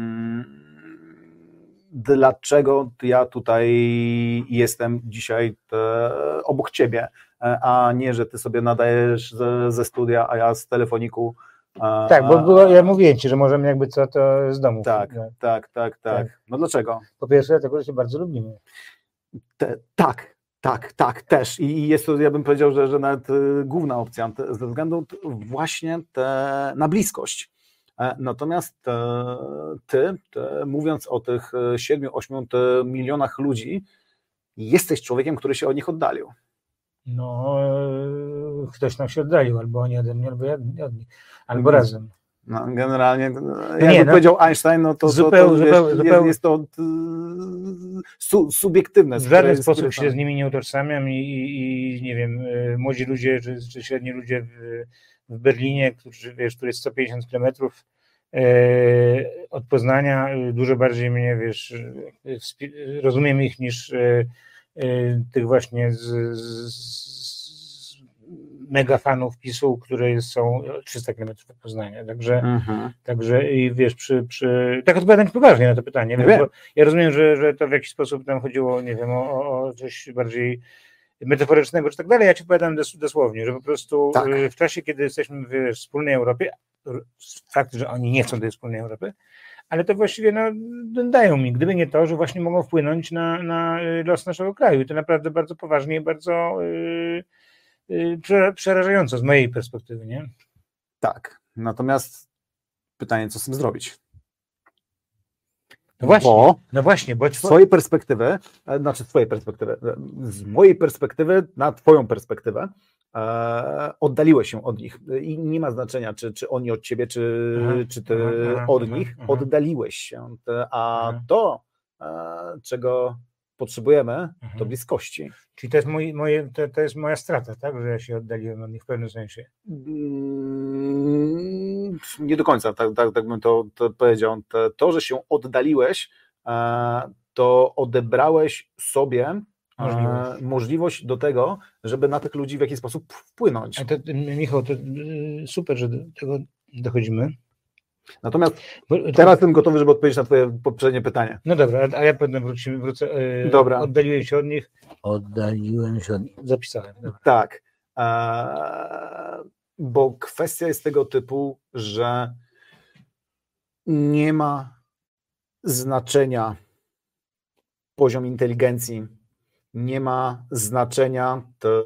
Speaker 2: dlaczego ja tutaj jestem dzisiaj te, obok ciebie, a nie, że ty sobie nadajesz ze, ze studia, a ja z telefoniku.
Speaker 1: Tak, bo było, ja mówiłem ci, że możemy jakby co to z domu.
Speaker 2: Tak, tak, tak, tak, tak. No dlaczego?
Speaker 1: Po pierwsze dlatego, że się bardzo lubimy.
Speaker 2: Te, tak, tak, tak, też. I jest to, ja bym powiedział, że, że nawet główna opcja, te, ze względu właśnie te, na bliskość. Natomiast te, ty, te, mówiąc o tych siedmiu, ośmiu milionach ludzi, jesteś człowiekiem, który się od nich oddalił.
Speaker 1: No, ktoś nam się oddalił, albo oni ode mnie, albo ja od nich, albo razem.
Speaker 2: No, generalnie,
Speaker 1: no
Speaker 2: jakby
Speaker 1: nie, no,
Speaker 2: powiedział Einstein, no to,
Speaker 1: zupeł,
Speaker 2: to, to
Speaker 1: zupeł,
Speaker 2: wiesz,
Speaker 1: zupeł,
Speaker 2: jest, jest to su, subiektywne.
Speaker 1: W żaden
Speaker 2: z
Speaker 1: sposób się z nimi nie utożsamiam i, i, i nie wiem, młodzi ludzie, czy, czy średni ludzie w, w Berlinie, którzy, wiesz, który jest sto pięćdziesiąt kilometrów e, od Poznania, dużo bardziej mnie, wiesz, rozumiem ich niż e, e, tych właśnie z, z, z mega fanów PiS-u, które są trzysta kilometrów od Poznania. Także, mhm. także i wiesz, przy, przy tak odpowiadam poważnie na to pytanie.
Speaker 2: Ja,
Speaker 1: wiesz, bo ja rozumiem, że, że to w jakiś sposób tam chodziło, nie wiem, o, o coś bardziej metaforycznego czy tak dalej. Ja ci powiadam dosłownie, że po prostu tak. w czasie, kiedy jesteśmy w wspólnej Europie, fakt, że oni nie chcą tej wspólnej Europy, ale to właściwie no, dają mi, gdyby nie to, że właśnie mogą wpłynąć na, na los naszego kraju. I to naprawdę bardzo poważnie i bardzo yy, yy, przerażająco z mojej perspektywy, nie?
Speaker 2: Tak, natomiast pytanie, co z tym zrobić?
Speaker 1: No właśnie,
Speaker 2: bo
Speaker 1: no właśnie, bo
Speaker 2: z swojej perspektywy, znaczy z twojej perspektywy, z mojej perspektywy na twoją perspektywę e, oddaliłeś się od nich i nie ma znaczenia, czy, czy oni od ciebie, czy, aha, czy ty aha, od aha, nich, aha. oddaliłeś się, a aha. to, e, czego potrzebujemy, aha. to bliskości.
Speaker 1: Czyli to jest, mój, moje, to, to jest moja strata, tak, że ja się oddaliłem od nich w pewnym sensie?
Speaker 2: Nie do końca, tak, tak, tak bym to, to powiedział. To, to, że się oddaliłeś, to odebrałeś sobie możliwość. możliwość do tego, żeby na tych ludzi w jakiś sposób wpłynąć.
Speaker 1: A to, Michał, to super, że do tego dochodzimy.
Speaker 2: Natomiast Bo, to... teraz jestem gotowy, żeby odpowiedzieć na twoje poprzednie pytanie.
Speaker 1: No dobra, a ja potem wrócimy, wrócę. Yy,
Speaker 2: dobra.
Speaker 1: Oddaliłem się od nich. Oddaliłem się od nich. Zapisałem. Dobra.
Speaker 2: Tak. Eee, bo kwestia jest tego typu, że nie ma znaczenia poziom inteligencji, nie ma znaczenia te,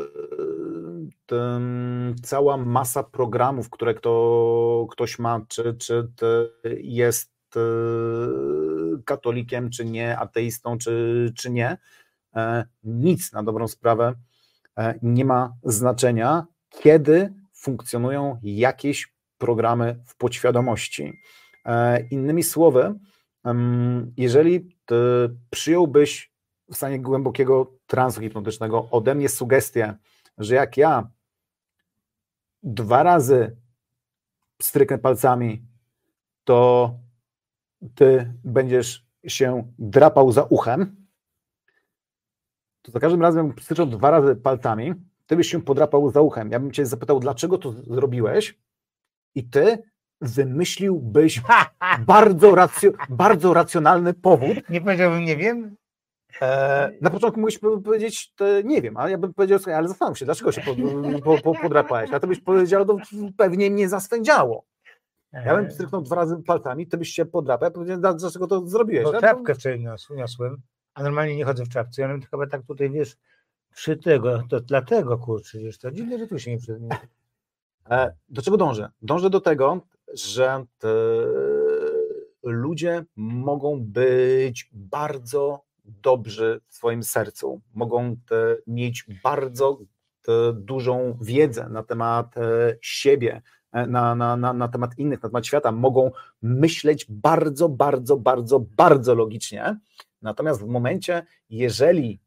Speaker 2: te, cała masa programów, które kto, ktoś ma, czy, czy jest katolikiem, czy nie, ateistą, czy, czy nie. Nic na dobrą sprawę nie ma znaczenia, kiedy funkcjonują jakieś programy w podświadomości. Innymi słowy, jeżeli ty przyjąłbyś w stanie głębokiego transu hipnotycznego ode mnie sugestię, że jak ja dwa razy stryknę palcami, to ty będziesz się drapał za uchem, to za każdym razem, jak styczą dwa razy palcami, ty byś się podrapał za uchem. Ja bym cię zapytał, dlaczego to zrobiłeś i ty wymyśliłbyś bardzo, racjo, bardzo racjonalny powód.
Speaker 1: Nie powiedziałbym, nie wiem.
Speaker 2: E, na początku mógłbyś powiedzieć, to nie wiem, a ja bym powiedział, słuchaj, ale zastanów się, dlaczego się pod, po, po, podrapałeś, a ty byś powiedział, no pewnie mnie zaswędziało. Ja bym stryknął dwa razy palcami, ty byś się podrapał, ja powiedziałem, dlaczego to zrobiłeś?
Speaker 1: Bo
Speaker 2: Ja
Speaker 1: czapkę
Speaker 2: to...
Speaker 1: wczoraj niosłem, a normalnie nie chodzę w czapce. Ja bym chyba tak tutaj, wiesz, przy tego, to dlatego, kurczę, wiesz, to dziwne, że tu się nie przyzna.
Speaker 2: E, do czego dążę? Dążę do tego, że te ludzie mogą być bardzo dobrzy w swoim sercu, mogą te, mieć bardzo te, dużą wiedzę na temat e, siebie, na, na, na, na temat innych, na temat świata, mogą myśleć bardzo, bardzo, bardzo, bardzo logicznie, natomiast w momencie, jeżeli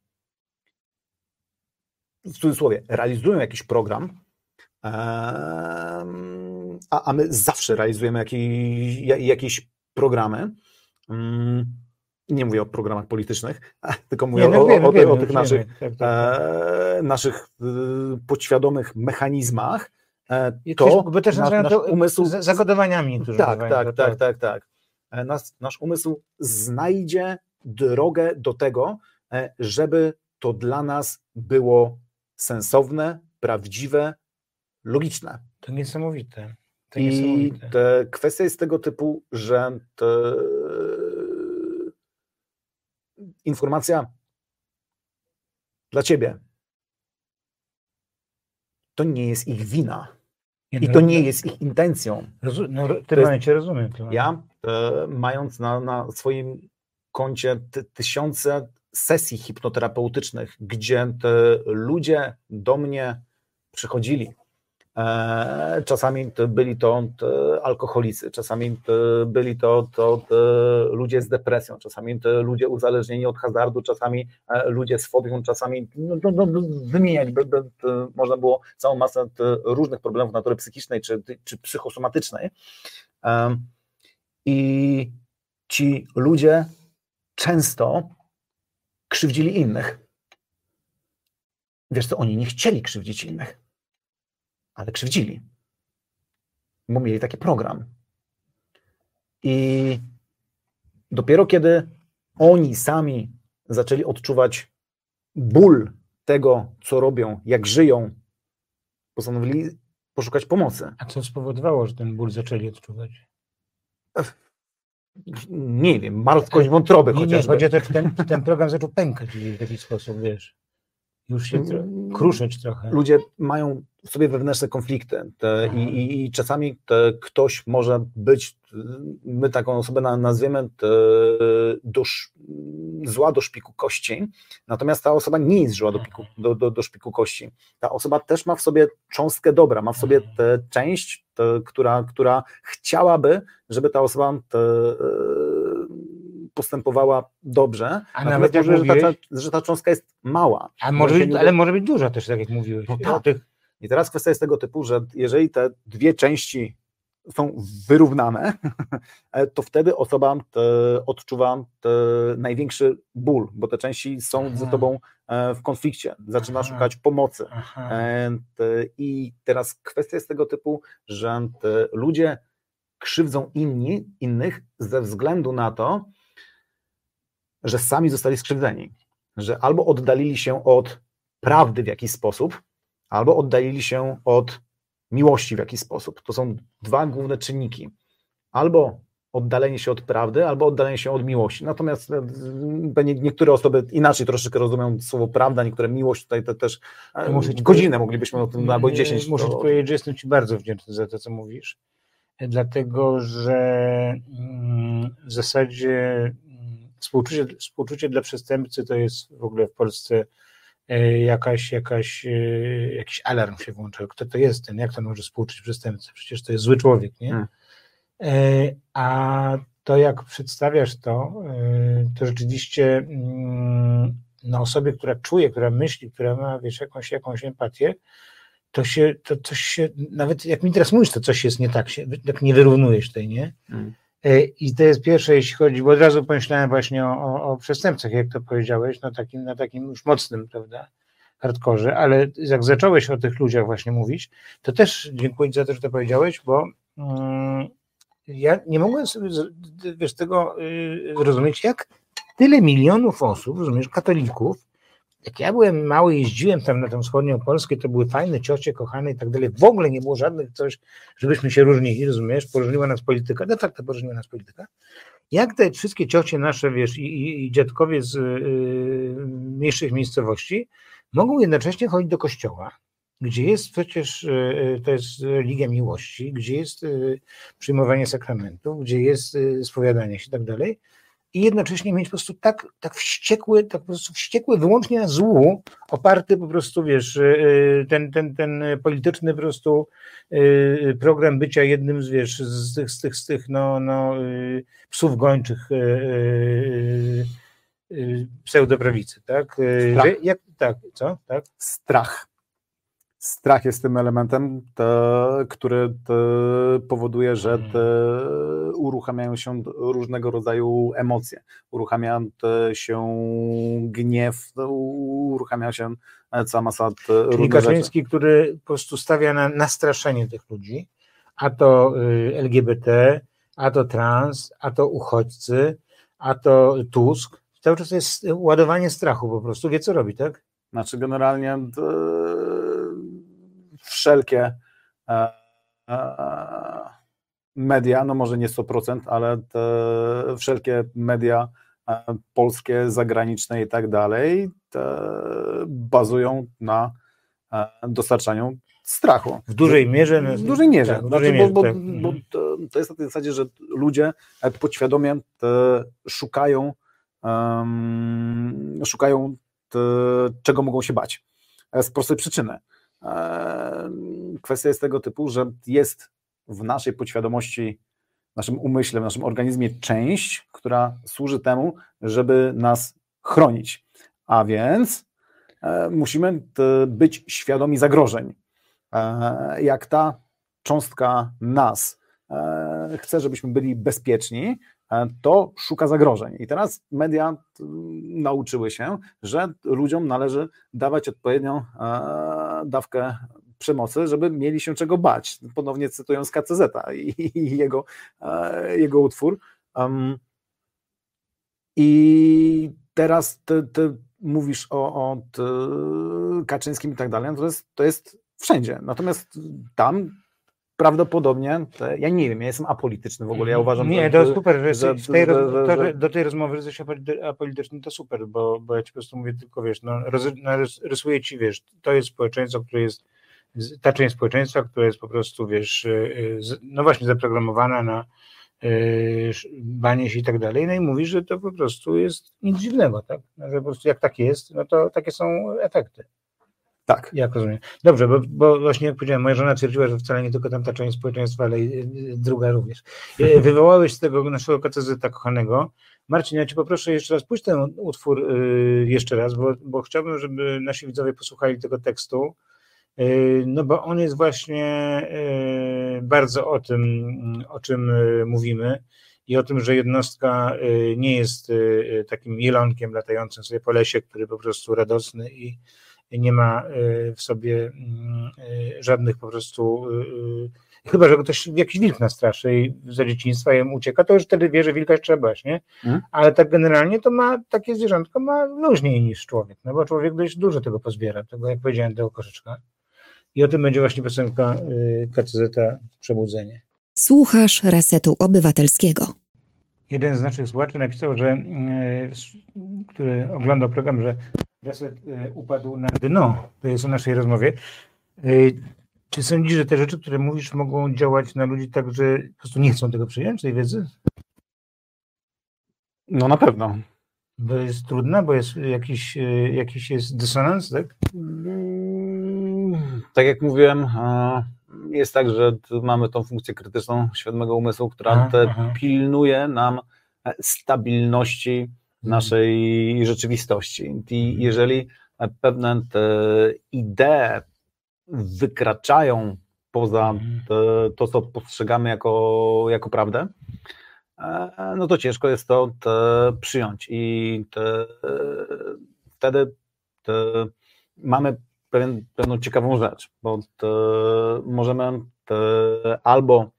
Speaker 2: w cudzysłowie realizują jakiś program, a, a my zawsze realizujemy jakieś, jakieś programy, nie mówię o programach politycznych, tylko mówię nie, no, o, wiemy, o, wiemy, o tych wiemy, naszych, tak, tak, tak. E, naszych naszych mechanizmach, e, to
Speaker 1: bo też nasz, nasz umysł z zakodowaniami, którzy
Speaker 2: tak, tak, tak, tak, tak, tak. Nas, nasz umysł znajdzie drogę do tego, żeby to dla nas było sensowne, prawdziwe, logiczne.
Speaker 1: To niesamowite. To
Speaker 2: I
Speaker 1: niesamowite.
Speaker 2: te kwestia jest tego typu, że te informacja dla ciebie to nie jest ich wina. I to nie jest ich intencją.
Speaker 1: Rozu- no, w tym momencie rozumiem to.
Speaker 2: Ja, e, mając na, na swoim koncie ty, tysiące sesji hipnoterapeutycznych, gdzie te ludzie do mnie przychodzili, e, czasami to byli to te alkoholicy, czasami to byli to, to te ludzie z depresją, czasami te ludzie uzależnieni od hazardu, czasami e, ludzie z fobią, czasami no, no, no, wymieniać by, by, by, można było całą masę różnych problemów natury psychicznej czy, czy psychosomatycznej. E, I ci ludzie często krzywdzili innych. Wiesz co, oni nie chcieli krzywdzić innych, ale krzywdzili, bo mieli taki program. I dopiero kiedy oni sami zaczęli odczuwać ból tego, co robią, jak żyją, postanowili poszukać pomocy.
Speaker 1: A co spowodowało, że ten ból zaczęli odczuwać?
Speaker 2: Nie wiem, martwość wątroby
Speaker 1: nie,
Speaker 2: chociażby.
Speaker 1: Nie, chodzi o to, czy ten, czy ten program zaczął pękać w jakiś sposób, wiesz, już się tro, kruszyć trochę.
Speaker 2: Ludzie mają w sobie wewnętrzne konflikty te, i, i, i czasami te, ktoś może być, my taką osobę nazwiemy te, do, zła do szpiku kości, natomiast ta osoba nie jest zła do, piku, do, do, do szpiku kości. Ta osoba też ma w sobie cząstkę dobra, ma w sobie tę część, te, która, która chciałaby, żeby ta osoba te, postępowała dobrze,
Speaker 1: a nawet jak
Speaker 2: może,
Speaker 1: mówiłeś,
Speaker 2: że, ta, że ta cząstka jest mała.
Speaker 1: A może być, ale może być duża też, tak jak mówiłeś.
Speaker 2: No tak. Tych... I teraz kwestia jest tego typu, że jeżeli te dwie części są wyrównane, to wtedy osoba te odczuwa te największy ból, bo te części są Aha. ze sobą w konflikcie, zaczyna Aha. szukać pomocy. Aha. I teraz kwestia jest tego typu, że te ludzie krzywdzą inni, innych ze względu na to, że sami zostali skrzywdzeni, że albo oddalili się od prawdy w jakiś sposób, albo oddalili się od miłości w jakiś sposób. To są dwa główne czynniki. Albo oddalenie się od prawdy, albo oddalenie się od miłości. Natomiast niektóre osoby inaczej troszeczkę rozumią słowo prawda, niektóre miłość, tutaj te też godzinę moglibyśmy o tym, albo dziesięć.
Speaker 1: Muszę to... powiedzieć, że jestem Ci bardzo wdzięczny za to, co mówisz, dlatego, że w zasadzie Współczucie, współczucie dla przestępcy to jest w ogóle w Polsce jakaś, jakaś, jakiś alarm się włącza. Kto to jest ten? Jak to może współczuć przestępcy? Przecież to jest zły człowiek, nie? Hmm. A to, jak przedstawiasz to, to rzeczywiście na osobie, która czuje, która myśli, która ma, wiesz, jakąś, jakąś empatię, to się, to coś się, nawet jak mi teraz mówisz, to coś jest nie tak, się, tak nie wyrównujesz tutaj, nie? Hmm. I to jest pierwsze, jeśli chodzi, bo od razu pomyślałem właśnie o, o, o przestępcach, jak to powiedziałeś, no takim, na takim już mocnym, prawda, hardkorze, ale jak zacząłeś o tych ludziach właśnie mówić, to też dziękuję za to, że to powiedziałeś, bo um, ja nie mogłem sobie z, wiesz, tego y, zrozumieć, jak tyle milionów osób, rozumiesz, katolików, jak ja byłem mały, jeździłem tam na tą wschodnią Polskę, to były fajne ciocie, kochane i tak dalej, w ogóle nie było żadnych coś, żebyśmy się różnili, rozumiesz, poróżniła nas polityka, de facto poróżniła nas polityka. Jak te wszystkie ciocie nasze, wiesz, i, i, i dziadkowie z y, mniejszych miejscowości mogą jednocześnie chodzić do kościoła, gdzie jest przecież, y, to jest religia miłości, gdzie jest y, przyjmowanie sakramentów, gdzie jest y, spowiadanie się i tak dalej, i jednocześnie mieć po prostu tak, tak wściekły, tak po prostu wściekły wyłącznie na złu, oparty po prostu, wiesz, ten, ten, ten polityczny po prostu program bycia jednym z, wiesz, z tych, z tych, z tych no, no, psów gończych pseudoprawicy, tak? Że, jak, tak, co? Tak?
Speaker 2: Strach. Strach jest tym elementem, te, który te powoduje, że te uruchamiają się różnego rodzaju emocje. Uruchamia się gniew, uruchamia się cała masa
Speaker 1: Czyli Kaczyński, który po prostu stawia na nastraszenie tych ludzi, a to L G B T, a to trans, a to uchodźcy, a to Tusk. Cały czas jest ładowanie strachu po prostu. Wie, co robi, tak?
Speaker 2: Znaczy generalnie te, wszelkie e, e, media, no może nie sto procent, ale te wszelkie media e, polskie, zagraniczne i tak dalej, te bazują na e, dostarczaniu strachu.
Speaker 1: W dużej mierze.
Speaker 2: W dużej mierze.
Speaker 1: Tak, w
Speaker 2: znaczy,
Speaker 1: dużej
Speaker 2: bo,
Speaker 1: mierze
Speaker 2: bo,
Speaker 1: tak.
Speaker 2: bo to, to jest na tej zasadzie, że ludzie podświadomie te szukają um, szukają te, czego mogą się bać. Z prostej przyczyny. Kwestia jest tego typu, że jest w naszej podświadomości, w naszym umyśle, w naszym organizmie część, która służy temu, żeby nas chronić. A więc musimy być świadomi zagrożeń. Jak ta cząstka nas chce, żebyśmy byli bezpieczni, to szuka zagrożeń. I teraz media nauczyły się, że ludziom należy dawać odpowiednią dawkę przemocy, żeby mieli się czego bać. Ponownie cytując K C Z i jego, jego utwór. I teraz ty, ty mówisz o, o ty Kaczyńskim i tak dalej, to jest, to jest wszędzie. Natomiast tam prawdopodobnie, to, ja nie wiem, ja jestem apolityczny w ogóle, ja uważam,
Speaker 1: nie,
Speaker 2: że...
Speaker 1: to że, super, że,
Speaker 2: że,
Speaker 1: w tej,
Speaker 2: że,
Speaker 1: to,
Speaker 2: że,
Speaker 1: że do tej rozmowy, że jesteś apolityczny, to super, bo, bo ja ci po prostu mówię tylko, wiesz, no, rysuję ci, wiesz, to jest społeczeństwo, które jest, ta część społeczeństwa, która jest po prostu, wiesz, no właśnie zaprogramowana na banie się i tak dalej, no i mówisz, że to po prostu jest nic dziwnego, tak, że po prostu jak tak jest, no to takie są efekty.
Speaker 2: Tak.
Speaker 1: Jak rozumiem. Dobrze, bo, bo właśnie jak powiedziałem, moja żona twierdziła, że wcale nie tylko tamta część społeczeństwa, ale i druga również. Wywołałeś z tego naszego K C Z-a kochanego. Marcin, ja cię poproszę jeszcze raz, puść ten utwór jeszcze raz, bo, bo chciałbym, żeby nasi widzowie posłuchali tego tekstu, no bo on jest właśnie bardzo o tym, o czym mówimy i o tym, że jednostka nie jest takim jelonkiem latającym sobie po lesie, który po prostu radosny i nie ma w sobie żadnych po prostu, chyba że ktoś jakiś wilk nastraszy i za dzieciństwa jem ucieka, to już wtedy wie, że wilka trzeba bać, nie? Hmm? Ale tak generalnie to ma, takie zwierzątko ma luźniej niż człowiek, no bo człowiek dość dużo tego pozbiera, tego jak powiedziałem, tego koszyczka. I o tym będzie właśnie piosenka K C Z-a Przebudzenie.
Speaker 3: Słuchasz Resetu Obywatelskiego.
Speaker 1: Jeden z naszych słuchaczy napisał, że który oglądał program, że Reset upadł na dno. To jest o naszej rozmowie. Czy sądzisz, że te rzeczy, które mówisz, mogą działać na ludzi tak, że po prostu nie chcą tego przyjąć, tej wiedzy?
Speaker 2: No na pewno.
Speaker 1: Bo jest trudna, bo jest jakiś, jakiś jest dysonans, tak?
Speaker 2: Tak jak mówiłem, jest tak, że mamy tą funkcję krytyczną świadomego umysłu, która aha, te aha. pilnuje nam stabilności naszej rzeczywistości. I jeżeli pewne te idee wykraczają poza te, to, co postrzegamy jako, jako prawdę, no to ciężko jest to te przyjąć i te, wtedy te, mamy pewien, pewną ciekawą rzecz, bo te, możemy te, albo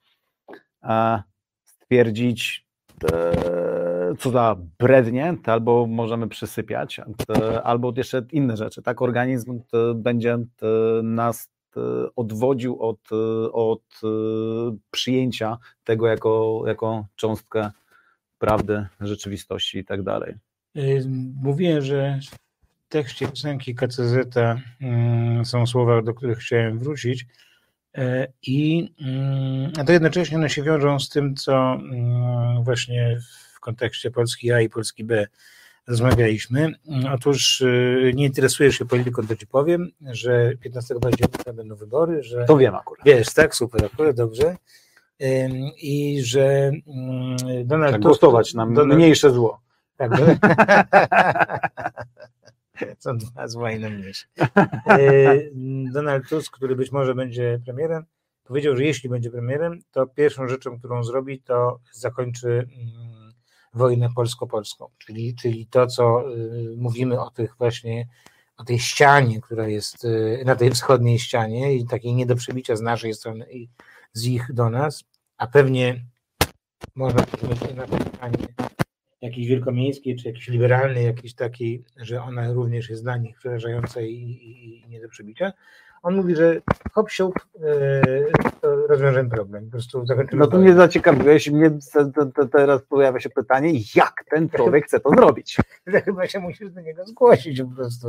Speaker 2: stwierdzić, te, co za brednie, te, albo możemy przysypiać, te, albo jeszcze inne rzeczy. Tak, organizm te, będzie te, nas odwodził od, od przyjęcia tego jako, jako cząstkę prawdy, rzeczywistości i tak dalej.
Speaker 1: Mówiłem, że w tekście piosenki K C Z są słowa, do których chciałem wrócić i a to jednocześnie one się wiążą z tym, co właśnie w kontekście Polski A i Polski B rozmawialiśmy. Otóż nie interesujesz się polityką, to ci powiem, że piętnastego października będą wybory, że...
Speaker 2: To wiem akurat.
Speaker 1: Wiesz, tak? Super, akurat, dobrze. I że Donald
Speaker 2: tak,
Speaker 1: Tusk...
Speaker 2: głosować na Donald... mniejsze zło.
Speaker 1: Tak, są dwa zła i na mniejsze. Donald Tusk, który być może będzie premierem, powiedział, że jeśli będzie premierem, to pierwszą rzeczą, którą zrobi, to zakończy wojnę polsko-polską, czyli, czyli to, co y, mówimy o tych właśnie, o tej ścianie, która jest y, na tej wschodniej ścianie i takiej nie do przebicia z naszej strony i z ich do nas, a pewnie można powiedzieć na pytanie jakiejś wielkomiejskiej, czy jakiejś liberalnej, jakiejś takiej, że ona również jest dla nich przerażająca i, i, i nie do przebicia. On mówi, że hop siup, yy, to rozwiążemy problem. Po prostu
Speaker 2: no to mnie zaciekawiłeś, mnie te, te, teraz pojawia się pytanie, jak ten człowiek chce to zrobić?
Speaker 1: Chyba się musisz do niego zgłosić po prostu.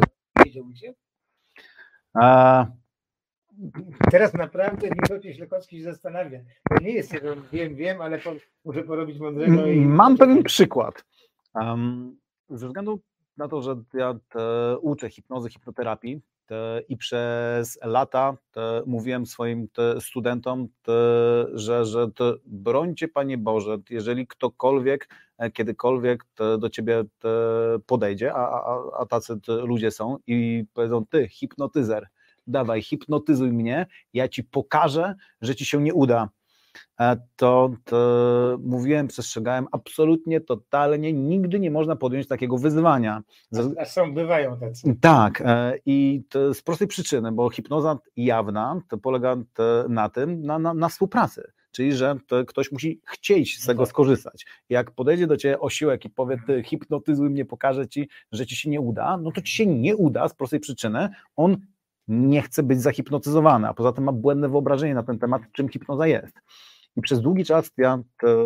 Speaker 2: A...
Speaker 1: Teraz naprawdę Michał Ślekowski się zastanawia. To nie jest, że wiem, wiem, ale po, muszę porobić mądrego. I...
Speaker 2: Mam pewien przykład. Um, ze względu na to, że ja te, uczę hipnozy, hipnoterapii, Te, i przez lata te, mówiłem swoim te, studentom, te, że, że te, brońcie Panie Boże, jeżeli ktokolwiek, kiedykolwiek te, do Ciebie te, podejdzie, a, a, a tacy te, ludzie są i powiedzą, Ty, hipnotyzer, dawaj, hipnotyzuj mnie, ja Ci pokażę, że Ci się nie uda. To, to mówiłem, przestrzegałem, absolutnie, totalnie, nigdy nie można podjąć takiego wyzwania.
Speaker 1: A są, bywają tacy.
Speaker 2: Tak, i to z prostej przyczyny, bo hipnoza jawna to polega na tym, na, na, na współpracy, czyli że ktoś musi chcieć z tego skorzystać. Jak podejdzie do Ciebie osiłek i powie, Ty hipnotyzuj mnie, pokażę Ci, że Ci się nie uda, no to Ci się nie uda z prostej przyczyny, on nie chce być zahipnotyzowany, a poza tym ma błędne wyobrażenie na ten temat, czym hipnoza jest. I przez długi czas ja, te,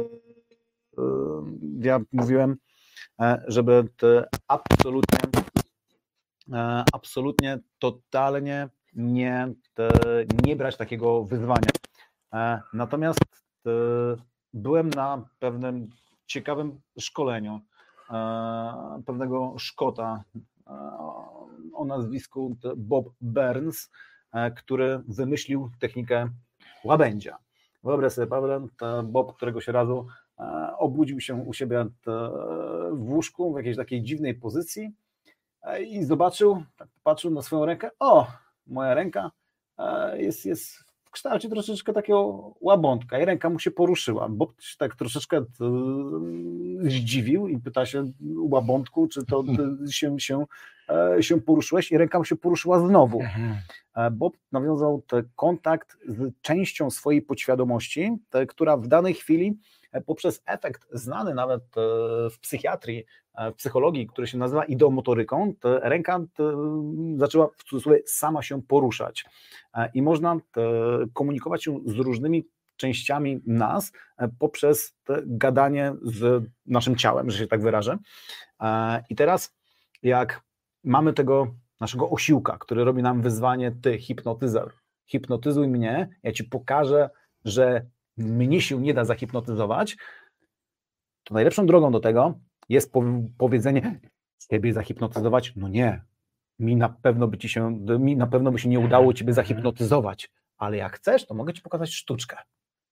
Speaker 2: ja mówiłem, żeby te absolutnie, absolutnie, totalnie nie, te, nie brać takiego wyzwania. Natomiast te, byłem na pewnym ciekawym szkoleniu pewnego Szkota o nazwisku Bob Burns, który wymyślił technikę łabędzia. Wyobraź sobie, Paweł, Bob, którego się razu obudził się u siebie w łóżku w jakiejś takiej dziwnej pozycji i zobaczył, tak patrzył na swoją rękę, o, moja ręka jest, jest w kształcie troszeczkę takiego łabątka i ręka mu się poruszyła. Bob się tak troszeczkę zdziwił i pyta się łabątku, czy to się, się, się poruszyłeś i ręka mu się poruszyła znowu. Bob nawiązał kontakt z częścią swojej podświadomości, która w danej chwili poprzez efekt znany nawet w psychiatrii, w psychologii, który się nazywa ideomotoryką, to ręka zaczęła w cudzysłowie sama się poruszać i można komunikować się z różnymi częściami nas poprzez gadanie z naszym ciałem, że się tak wyrażę. I teraz jak mamy tego naszego osiłka, który robi nam wyzwanie, ty hipnotyzer, hipnotyzuj mnie, ja ci pokażę, że mnie się nie da zahipnotyzować, to najlepszą drogą do tego jest powiedzenie, ciebie zahipnotyzować? No nie, mi na pewno by ci się, mi na pewno by się nie udało ciebie zahipnotyzować, ale jak chcesz, to mogę ci pokazać sztuczkę.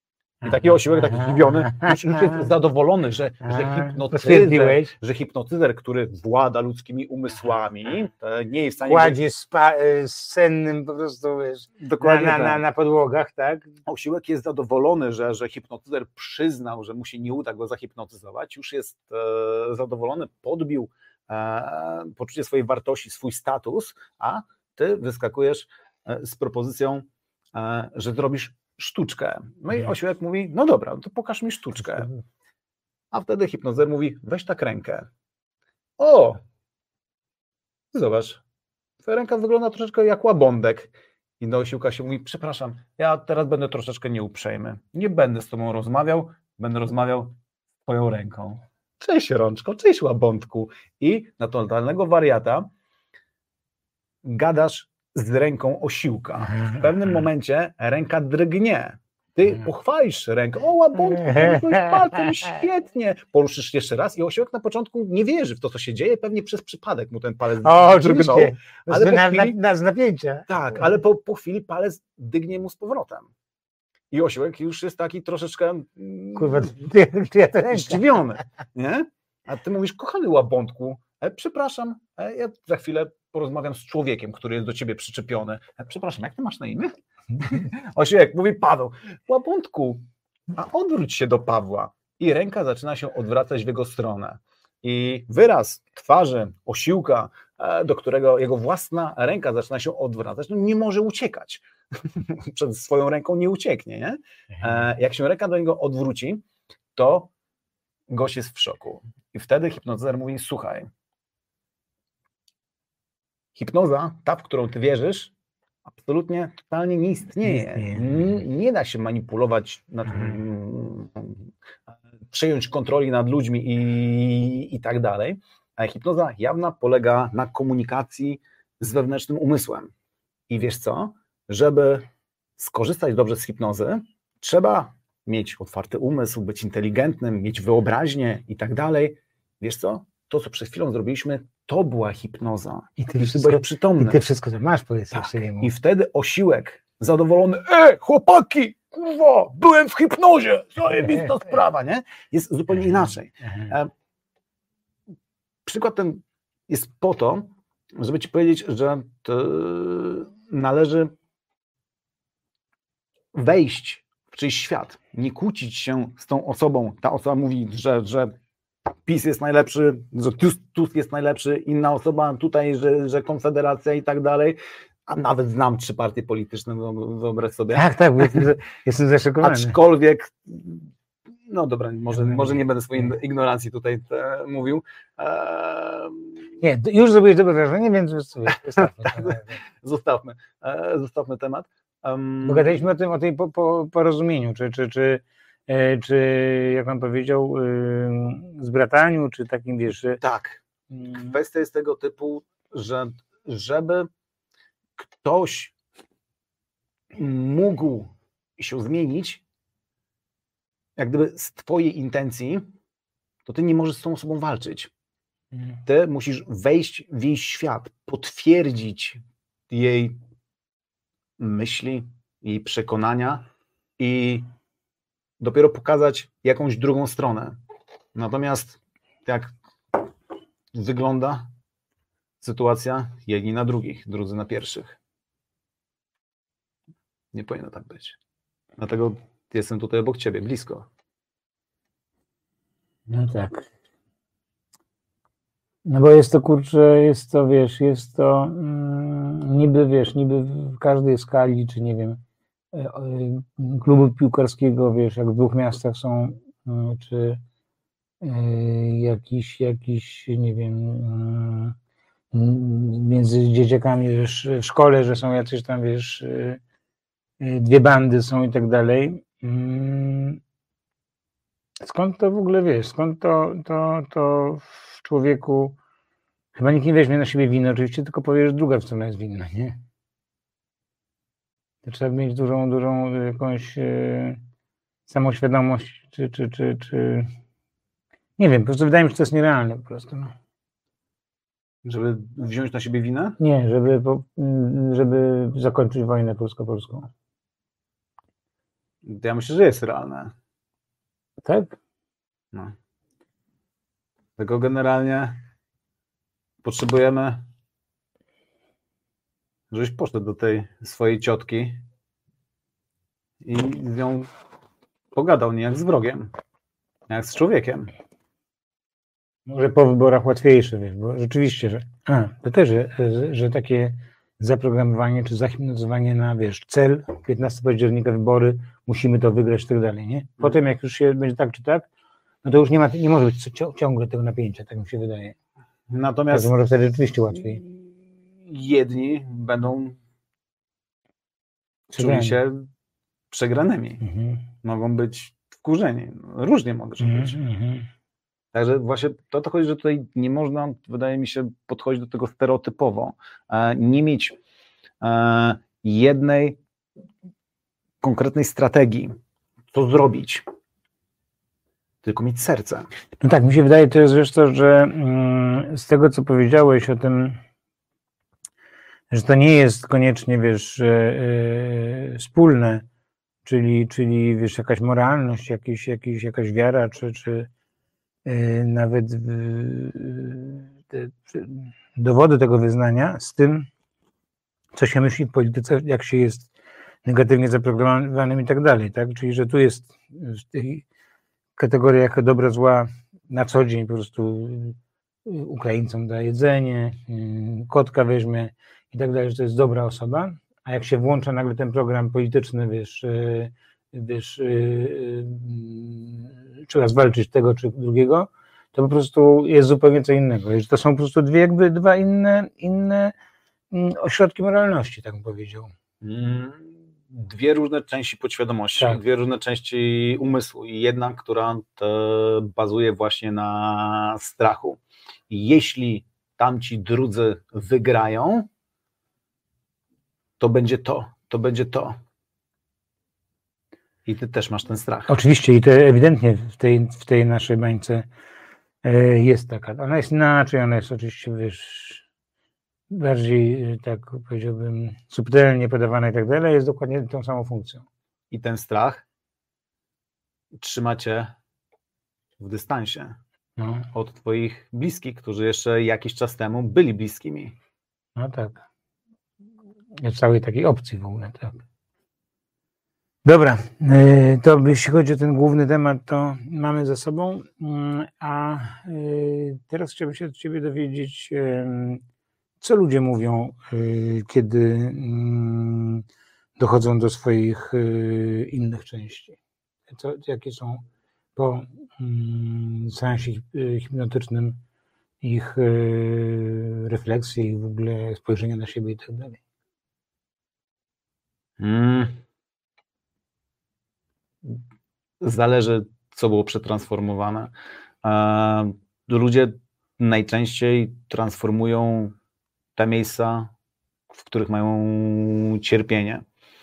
Speaker 2: I taki osiłek, taki zdziwiony, już, już jest zadowolony, że, że, hipnotyzer, że hipnotyzer, który włada ludzkimi umysłami, nie jest w stanie...
Speaker 1: Kładzie spa, z sennym po prostu, wiesz, dokładnie na, na, na, na podłogach, tak?
Speaker 2: Osiłek jest zadowolony, że, że hipnotyzer przyznał, że mu się nie uda go zahipnotyzować, już jest e, zadowolony, podbił e, poczucie swojej wartości, swój status, a ty wyskakujesz e, z propozycją, e, że zrobisz sztuczkę. No i osiłek mówi, no dobra, to pokaż mi sztuczkę. A wtedy hipnotyzer mówi, weź tak rękę. O! Zobacz, twoja ręka wygląda troszeczkę jak łabądek. I do osiłka się mówi, przepraszam, ja teraz będę troszeczkę nieuprzejmy. Nie będę z tobą rozmawiał, będę rozmawiał z twoją ręką. Cześć rączko, cześć łabądku. I na totalnego wariata gadasz z ręką osiłka. W pewnym momencie ręka drgnie. Ty pochwalisz rękę, o łabądku, poruszyłeś palcem, świetnie. Poruszysz jeszcze raz i osiłek na początku nie wierzy w to, co się dzieje, pewnie przez przypadek mu ten palec
Speaker 1: o, drgnął.
Speaker 2: Ale
Speaker 1: na,
Speaker 2: chwili,
Speaker 1: na, na napięcia.
Speaker 2: Tak, ale po, po chwili palec dygnie mu z powrotem. I osiłek już jest taki troszeczkę
Speaker 1: Kurwa, ty, ty, ty,
Speaker 2: zdziwiony, nie? A ty mówisz, kochany łabądku, e, przepraszam, e, ja za chwilę porozmawiam z człowiekiem, który jest do ciebie przyczepiony. E, przepraszam, jak ty masz na imię? Osiłek mówi, Paweł, łabądku, a odwróć się do Pawła. I ręka zaczyna się odwracać w jego stronę. I wyraz twarzy osiłka, do którego jego własna ręka zaczyna się odwracać, no nie może uciekać. Przed swoją ręką nie ucieknie. Nie? Jak się ręka do niego odwróci, to gość jest w szoku. I wtedy hipnotyzer mówi, słuchaj, hipnoza, ta, w którą ty wierzysz, absolutnie, totalnie nie istnieje. Nie, nie da się manipulować, nad, hmm. przejąć kontroli nad ludźmi i, i tak dalej. A hipnoza jawna polega na komunikacji z wewnętrznym umysłem. I wiesz co? Żeby skorzystać dobrze z hipnozy, trzeba mieć otwarty umysł, być inteligentnym, mieć wyobraźnię i tak dalej. Wiesz co? To, co przed chwilą zrobiliśmy, to była hipnoza.
Speaker 1: I ty, wszystko,
Speaker 2: byłeś przytomny.
Speaker 1: I ty wszystko to masz, powiedz
Speaker 2: tak.
Speaker 1: jeszcze jemu.
Speaker 2: I wtedy osiłek zadowolony, e, chłopaki, kurwa, byłem w hipnozie, zajebista sprawa, nie? Jest zupełnie inaczej. E, przykład ten jest po to, żeby ci powiedzieć, że należy wejść w czyjś świat, nie kłócić się z tą osobą. Ta osoba mówi, że, że PiS jest najlepszy, że Tusk jest najlepszy, inna osoba tutaj, że, że Konfederacja i tak dalej, a nawet znam trzy partie polityczne, wyobraź sobie.
Speaker 1: Tak, tak, jestem, jestem zaszokowany.
Speaker 2: Aczkolwiek, no dobra, może, może nie będę swojej ignorancji tutaj te, mówił. Eee...
Speaker 1: Nie, już zrobiłeś dobre wrażenie, więc zostawmy,
Speaker 2: zostawmy, eee, zostawmy temat.
Speaker 1: Um... Bo gadaliśmy o tym, o tej po, po, porozumieniu, czy, czy, czy, e, czy jak pan powiedział, y, zbrataniu, czy takim, wiesz...
Speaker 2: Tak, kwestia jest tego typu, że żeby ktoś mógł się zmienić, jak gdyby z twojej intencji, to ty nie możesz z tą osobą walczyć. Ty musisz wejść w jej świat, potwierdzić jej myśli, jej przekonania i dopiero pokazać jakąś drugą stronę. Natomiast jak wygląda sytuacja, jedni na drugich, drudzy na pierwszych. Nie powinno tak być. Dlatego jestem tutaj obok ciebie, blisko.
Speaker 1: No tak. No bo jest to, kurczę, jest to, wiesz, jest to mm, niby, wiesz, niby w każdej skali, czy nie wiem, klubu piłkarskiego, wiesz, jak w dwóch miastach są, czy jakiś, jakiś, nie wiem, między dzieciakami wiesz, w szkole, że są jacyś tam, wiesz, dwie bandy są i tak dalej. Skąd to w ogóle, wiesz, skąd to, to, to w człowieku, chyba nikt nie weźmie na siebie winy, oczywiście, tylko powie, że druga strona jest winna, nie? To trzeba mieć dużą, dużą jakąś e, samoświadomość, czy, czy, czy, czy, nie wiem, po prostu wydaje mi się, że to jest nierealne po prostu, no.
Speaker 2: Żeby wziąć na siebie winę?
Speaker 1: Nie, żeby, żeby zakończyć wojnę polsko-polską.
Speaker 2: Ja myślę, że jest realne.
Speaker 1: Tak?
Speaker 2: No. Tylko generalnie potrzebujemy, żebyś poszedł do tej swojej ciotki i z nią pogadał, nie jak z wrogiem, jak z człowiekiem.
Speaker 1: Może po wyborach łatwiejsze, wiesz, bo rzeczywiście, że a, to też, że, że, że takie zaprogramowanie czy zahipnotyzowanie na, wiesz, cel, piętnastego października wybory, musimy to wygrać i tak dalej, nie? Potem jak już się będzie tak czy tak, no to już nie ma, nie może być ciągle tego napięcia, tak mi się wydaje.
Speaker 2: Natomiast
Speaker 1: może wtedy rzeczywiście łatwiej.
Speaker 2: Jedni będą
Speaker 1: Przegrani.
Speaker 2: czuli się przegranymi.
Speaker 1: Mhm.
Speaker 2: Mogą być wkurzeni. Różnie może
Speaker 1: Mhm,
Speaker 2: być.
Speaker 1: mhm.
Speaker 2: Także właśnie to, to chodzi, że tutaj nie można, wydaje mi się, podchodzić do tego stereotypowo. E, nie mieć e, jednej konkretnej strategii, co zrobić, tylko mieć serce.
Speaker 1: No tak, mi się wydaje, to jest wiesz to, że mm, z tego, co powiedziałeś o tym, że to nie jest koniecznie, wiesz, yy, wspólne, czyli, czyli wiesz, jakaś moralność, jakiś, jakiś, jakaś wiara, czy, czy yy, nawet yy, te, dowody tego wyznania z tym, co się myśli w polityce, jak się jest negatywnie zaprogramowanym i tak dalej, tak? Czyli, że tu jest w tej kategoriach dobra, zła na co dzień po prostu Ukraińcom da jedzenie, kotka weźmie i tak dalej, że to jest dobra osoba, a jak się włącza nagle ten program polityczny, wiesz, wiesz trzeba zwalczyć tego czy drugiego, to po prostu jest zupełnie co innego. To są po prostu dwie jakby dwa inne, inne ośrodki moralności, tak bym powiedział.
Speaker 2: Dwie różne części podświadomości,
Speaker 1: tak.
Speaker 2: Dwie różne części umysłu i jedna, która bazuje właśnie na strachu. I jeśli tamci drudzy wygrają, to będzie to, to będzie to. I ty też masz ten strach.
Speaker 1: Oczywiście i to ewidentnie w tej, w tej naszej bańce jest taka. Ona jest inaczej, ona jest oczywiście, wiesz, bardziej, tak powiedziałbym, subtelnie podawana i tak dalej, jest dokładnie tą samą funkcją.
Speaker 2: I ten strach trzyma cię w dystansie
Speaker 1: no.
Speaker 2: od twoich bliskich, którzy jeszcze jakiś czas temu byli bliskimi.
Speaker 1: No tak. Jest całej takiej opcji w ogóle, tak. Dobra, to jeśli chodzi o ten główny temat, to mamy za sobą, a teraz chciałbym się od ciebie dowiedzieć, co ludzie mówią, kiedy dochodzą do swoich innych części. Co, jakie są po seansie hipnotycznym ich refleksje i w ogóle spojrzenia na siebie i tak dalej.
Speaker 2: Hmm. Zależy, co było przetransformowane. Ludzie najczęściej transformują te miejsca, w których mają cierpienie.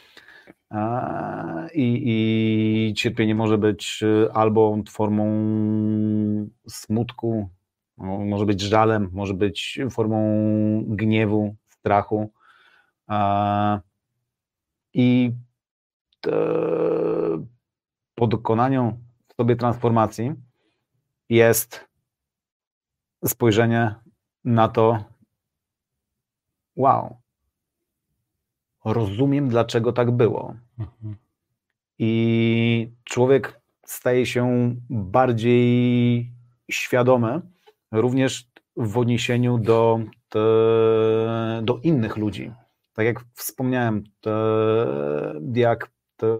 Speaker 2: I, i cierpienie może być albo formą smutku, może być żalem, może być formą gniewu, strachu. I te, po dokonaniu w sobie transformacji jest spojrzenie na to, wow, rozumiem, dlaczego tak było. Mhm. I człowiek staje się bardziej świadomy również w odniesieniu do, te, do innych ludzi. Tak jak wspomniałem, te, jak te,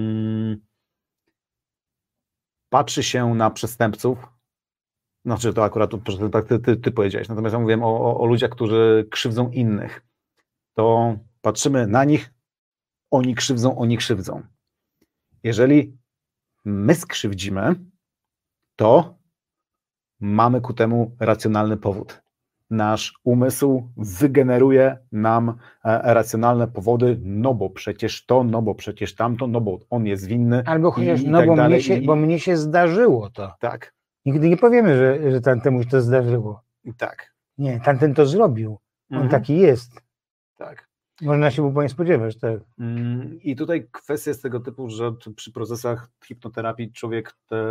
Speaker 2: patrzy się na przestępców, znaczy to akurat tak ty, ty, ty powiedziałeś, natomiast ja mówię o, o, o ludziach, którzy krzywdzą innych, to patrzymy na nich, oni krzywdzą, oni krzywdzą. Jeżeli my skrzywdzimy, to mamy ku temu racjonalny powód. Nasz umysł wygeneruje nam racjonalne powody, no bo przecież to, no bo przecież tamto, no bo on jest winny.
Speaker 1: Albo chociaż,
Speaker 2: i, i
Speaker 1: no
Speaker 2: tak
Speaker 1: bo,
Speaker 2: dalej,
Speaker 1: mnie się,
Speaker 2: i...
Speaker 1: bo mnie się zdarzyło to.
Speaker 2: Tak.
Speaker 1: Nigdy nie powiemy, że, że tamtemu się to zdarzyło.
Speaker 2: Tak.
Speaker 1: Nie, tamten to zrobił. On
Speaker 2: mhm.
Speaker 1: taki jest.
Speaker 2: Tak.
Speaker 1: Można się było nie spodziewać, tak.
Speaker 2: I tutaj kwestia jest tego typu, że przy procesach hipnoterapii człowiek te,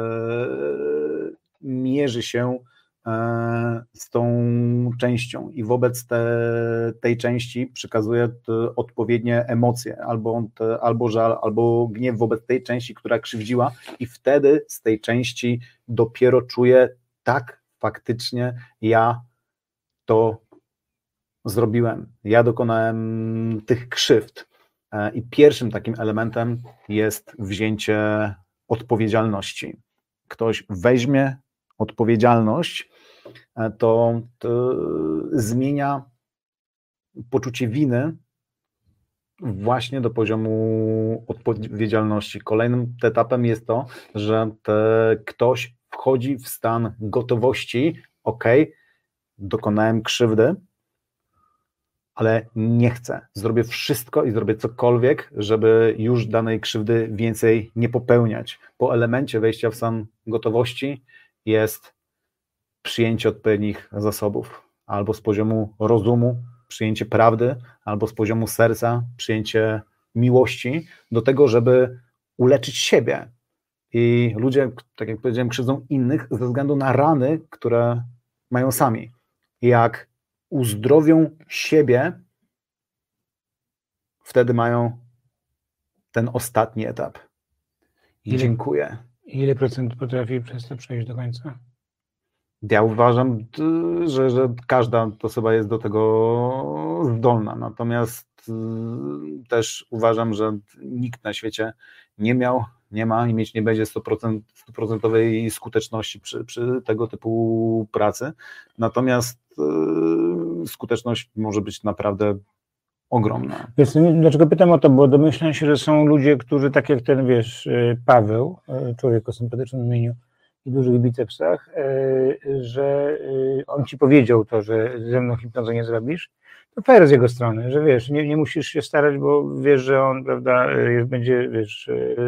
Speaker 2: mierzy się z tą częścią i wobec te, tej części przekazuje te odpowiednie emocje, albo, te, albo żal, albo gniew wobec tej części, która krzywdziła, i wtedy z tej części dopiero czuje, tak, faktycznie ja to zrobiłem, ja dokonałem tych krzywd. I pierwszym takim elementem jest wzięcie odpowiedzialności. Ktoś weźmie odpowiedzialność, to, to zmienia poczucie winy właśnie do poziomu odpowiedzialności. Kolejnym etapem jest to, że te, ktoś wchodzi w stan gotowości, ok, dokonałem krzywdy, ale nie chcę. Zrobię wszystko i zrobię cokolwiek, żeby już danej krzywdy więcej nie popełniać. Po elemencie wejścia w stan gotowości jest przyjęcie odpowiednich zasobów, albo z poziomu rozumu, przyjęcie prawdy, albo z poziomu serca, przyjęcie miłości do tego, żeby uleczyć siebie. I ludzie, tak jak powiedziałem, krzywdzą innych ze względu na rany, które mają sami. Jak uzdrowią siebie, wtedy mają ten ostatni etap. I
Speaker 1: Ile,
Speaker 2: dziękuję.
Speaker 1: Ile procent potrafi przez to przejść do końca?
Speaker 2: Ja uważam, że, że każda osoba jest do tego zdolna, natomiast też uważam, że nikt na świecie nie miał, nie ma i mieć nie będzie sto procent stuprocentowej skuteczności przy, przy tego typu pracy, natomiast skuteczność może być naprawdę ogromna.
Speaker 1: Wiesz, dlaczego pytam o to, bo domyślam się, że są ludzie, którzy tak jak ten, wiesz, Paweł, człowiek o sympatycznym imieniu i dużych bicepsach, że on ci powiedział to, że ze mną hipnozę nie zrobisz, to fair z jego strony, że wiesz, nie, nie musisz się starać, bo wiesz, że on, prawda, będzie, wiesz,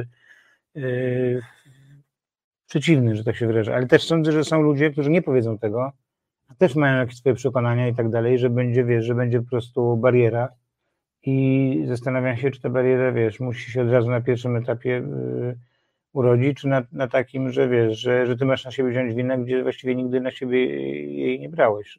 Speaker 1: przeciwny, że tak się wyrażę, ale też sądzę, że są ludzie, którzy nie powiedzą tego, a też mają jakieś swoje przekonania i tak dalej, że będzie, wiesz, że będzie po prostu bariera i zastanawiam się, czy ta bariera, wiesz, musi się od razu na pierwszym etapie yy, urodzić, czy na, na takim, że wiesz, że, że ty masz na siebie wziąć winę, gdzie właściwie nigdy na siebie jej nie brałeś.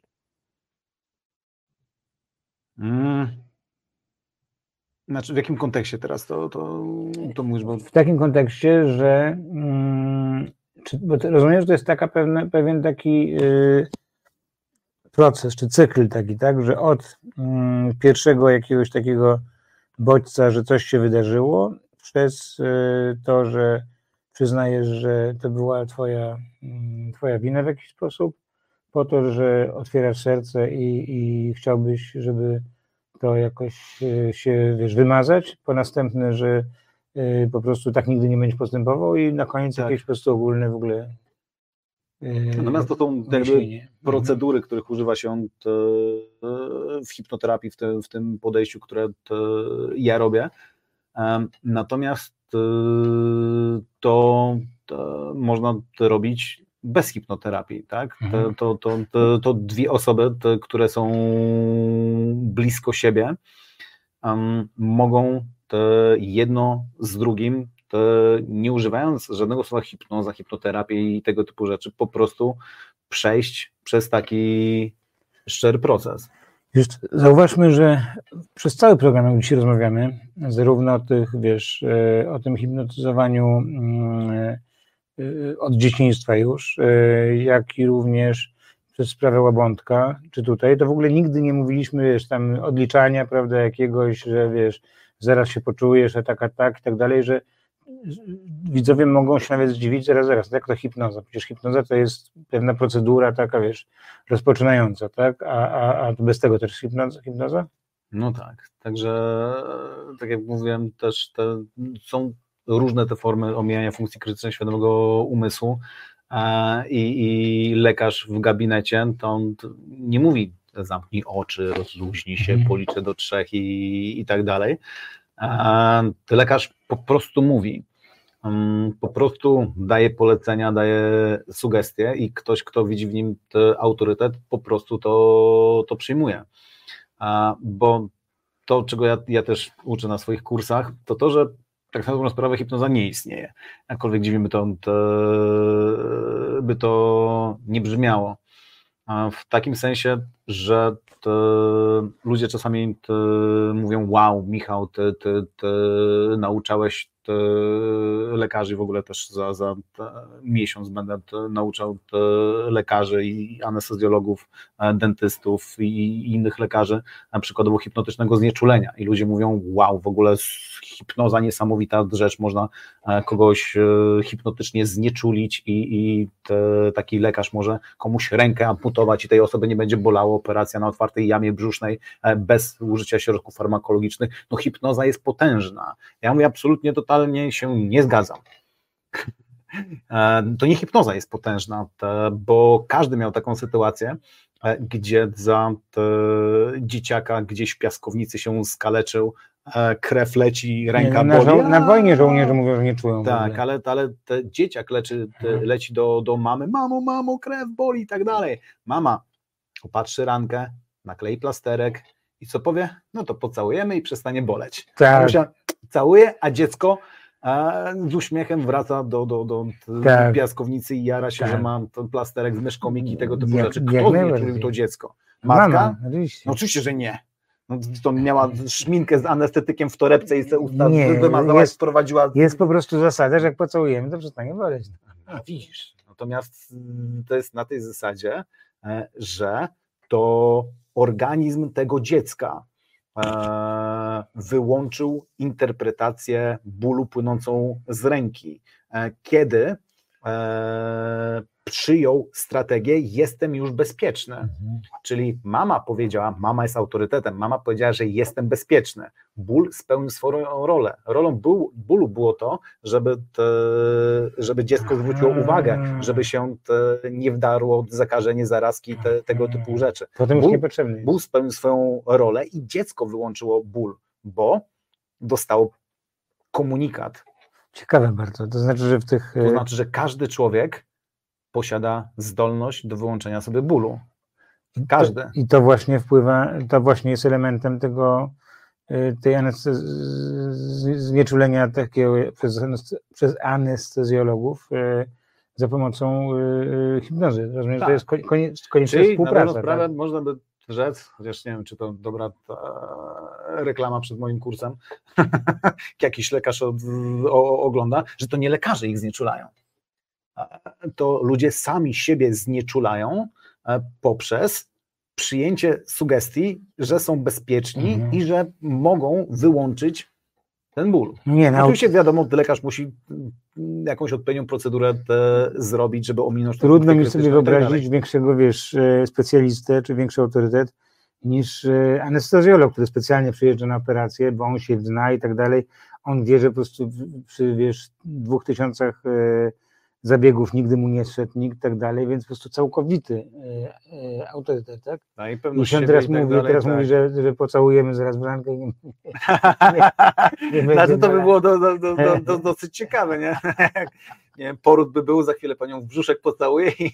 Speaker 2: Mm. Znaczy, w jakim kontekście teraz to, to, to mówisz? Bo...
Speaker 1: W takim kontekście, że mm, czy, bo rozumiem, że to jest taka pewne, pewien taki yy, proces, czy cykl taki, tak, że od mm, pierwszego jakiegoś takiego bodźca, że coś się wydarzyło, przez yy, to, że przyznajesz, że to była twoja, yy, twoja wina w jakiś sposób, po to, że otwierasz serce i, i chciałbyś, żeby to jakoś się, wiesz, wymazać, po następne, że y, po prostu tak nigdy nie będziesz postępował i na koniec tak. Jakieś po prostu ogólne w ogóle y,
Speaker 2: Natomiast to są jakby procedury, których używa się te, w hipnoterapii, w, te, w tym podejściu, które te, ja robię. Natomiast to, to można to robić bez hipnoterapii, tak? To, to, to, to, to dwie osoby, te, które są blisko siebie, um, mogą te jedno z drugim, te, nie używając żadnego słowa hipnoza, hipnoterapii i tego typu rzeczy, po prostu przejść przez taki szczery proces.
Speaker 1: Już zauważmy, że przez cały program, jak dzisiaj rozmawiamy, zarówno o tych, wiesz, o tym hipnotyzowaniu od dzieciństwa już, jak i również przez sprawę Łabątka, czy tutaj, to w ogóle nigdy nie mówiliśmy, wiesz, tam odliczania, prawda, jakiegoś, że wiesz, zaraz się poczujesz, a tak, a tak i tak dalej, że widzowie mogą się nawet zdziwić, zaraz, zaraz, jak to hipnoza? Przecież hipnoza to jest pewna procedura taka, wiesz, rozpoczynająca, tak? A, a, a bez tego też hipnoza? hipnoza?
Speaker 2: No tak, także tak jak mówiłem, też te, są różne te formy omijania funkcji krytycznej świadomego umysłu i, i lekarz w gabinecie, to on nie mówi zamknij oczy, rozluźnij się, policzę do trzech i, i tak dalej. Lekarz po prostu mówi, po prostu daje polecenia, daje sugestie i ktoś, kto widzi w nim ten autorytet, po prostu to, to przyjmuje. Bo to, czego ja, ja też uczę na swoich kursach, to to, że tak na dobrą sprawę hipnoza nie istnieje. Jakkolwiek dziwnie by to, to, by to nie brzmiało. W takim sensie, że ludzie czasami mówią: wow, Michał, ty, ty, ty nauczałeś te lekarzy, w ogóle też za, za miesiąc będę nauczał te lekarzy i anestezjologów, dentystów i innych lekarzy, przykładowo hipnotycznego znieczulenia. I ludzie mówią: wow, w ogóle hipnoza, niesamowita rzecz, można kogoś hipnotycznie znieczulić i, i te, taki lekarz może komuś rękę amputować i tej osoby nie będzie bolało, operacja na otwartej jamie brzusznej bez użycia środków farmakologicznych. No hipnoza jest potężna. Ja mówię, absolutnie, totalnie się nie zgadzam. To nie hipnoza jest potężna, bo każdy miał taką sytuację, gdzie za dzieciaka gdzieś w piaskownicy się skaleczył, krew leci, ręka
Speaker 1: nie, na,
Speaker 2: boli.
Speaker 1: żo- na wojnie żołnierze mówią, że nie czują.
Speaker 2: Tak, ale, ale te dzieciak leczy, te, leci do, do mamy, mamo, mamo, krew boli i tak dalej. Mama opatrzy rankę, naklei plasterek i co powie? No to pocałujemy i przestanie boleć.
Speaker 1: Tak.
Speaker 2: Mamusia całuje, a dziecko a z uśmiechem wraca do, do, do, do
Speaker 1: tak.
Speaker 2: piaskownicy i jara się,
Speaker 1: tak.
Speaker 2: że ma ten plasterek z myszkomiki i tego typu
Speaker 1: jak,
Speaker 2: rzeczy.
Speaker 1: jak
Speaker 2: Kto znieczulił to dziecko? Matka?
Speaker 1: Mama, oczywiście.
Speaker 2: No oczywiście, że nie. No, to miała szminkę z anestetykiem w torebce i te usta
Speaker 1: nie,
Speaker 2: wymazała
Speaker 1: jest,
Speaker 2: i wprowadziła.
Speaker 1: Jest po prostu zasada, że jak pocałujemy, to przestanie boleć.
Speaker 2: A widzisz, natomiast to jest na tej zasadzie, że to organizm tego dziecka wyłączył interpretację bólu płynącą z ręki, kiedy przyjął strategię: jestem już bezpieczny. Mhm. Czyli mama powiedziała, mama jest autorytetem, mama powiedziała, że jestem bezpieczny. Ból spełnił swoją rolę. Rolą ból, bólu było to, żeby, te, żeby dziecko zwróciło uwagę, żeby się te nie wdarło zakażenie, zarazki, te, tego typu rzeczy.
Speaker 1: Potem już niepotrzebny.
Speaker 2: Ból spełnił swoją rolę i dziecko wyłączyło ból, bo dostało komunikat.
Speaker 1: Ciekawe bardzo. To znaczy, że w tych...
Speaker 2: To znaczy, że każdy człowiek posiada zdolność do wyłączenia sobie bólu. Każdy.
Speaker 1: I to, i to właśnie wpływa, to właśnie jest elementem tego, tej anestez... znieczulenia takiego przez, przez anestezjologów za pomocą hipnozy. Rozumiem, tak. To jest konieczna
Speaker 2: Czyli
Speaker 1: współpraca.
Speaker 2: Na sprawę tak? Można by rzec, chociaż nie wiem, czy to dobra reklama przed moim kursem, jakiś lekarz od, o, ogląda, że to nie lekarze ich znieczulają. To ludzie sami siebie znieczulają poprzez przyjęcie sugestii, że są bezpieczni mhm. i że mogą wyłączyć ten ból. Nie, no, oczywiście wiadomo, lekarz musi jakąś odpowiednią procedurę te zrobić, żeby ominąć...
Speaker 1: Trudno mi sobie wyobrazić tak większego, wiesz, specjalistę, czy większy autorytet niż anestezjolog, który specjalnie przyjeżdża na operację, bo on się zna i tak dalej. On wie, że po prostu przy, wiesz, dwóch tysiącach zabiegów nigdy mu nie szedł, nikt i tak dalej, więc po prostu całkowity e, autorytet, tak?
Speaker 2: No i pewność
Speaker 1: I on teraz
Speaker 2: tak
Speaker 1: mówi,
Speaker 2: dalej,
Speaker 1: teraz
Speaker 2: tak.
Speaker 1: mówi, że, że pocałujemy zaraz bramkę i nie,
Speaker 2: nie, nie znaczy, to by było do, do, do, do, do, dosyć ciekawe, nie? Nie wiem, poród by był, za chwilę panią w brzuszek pocałuje i,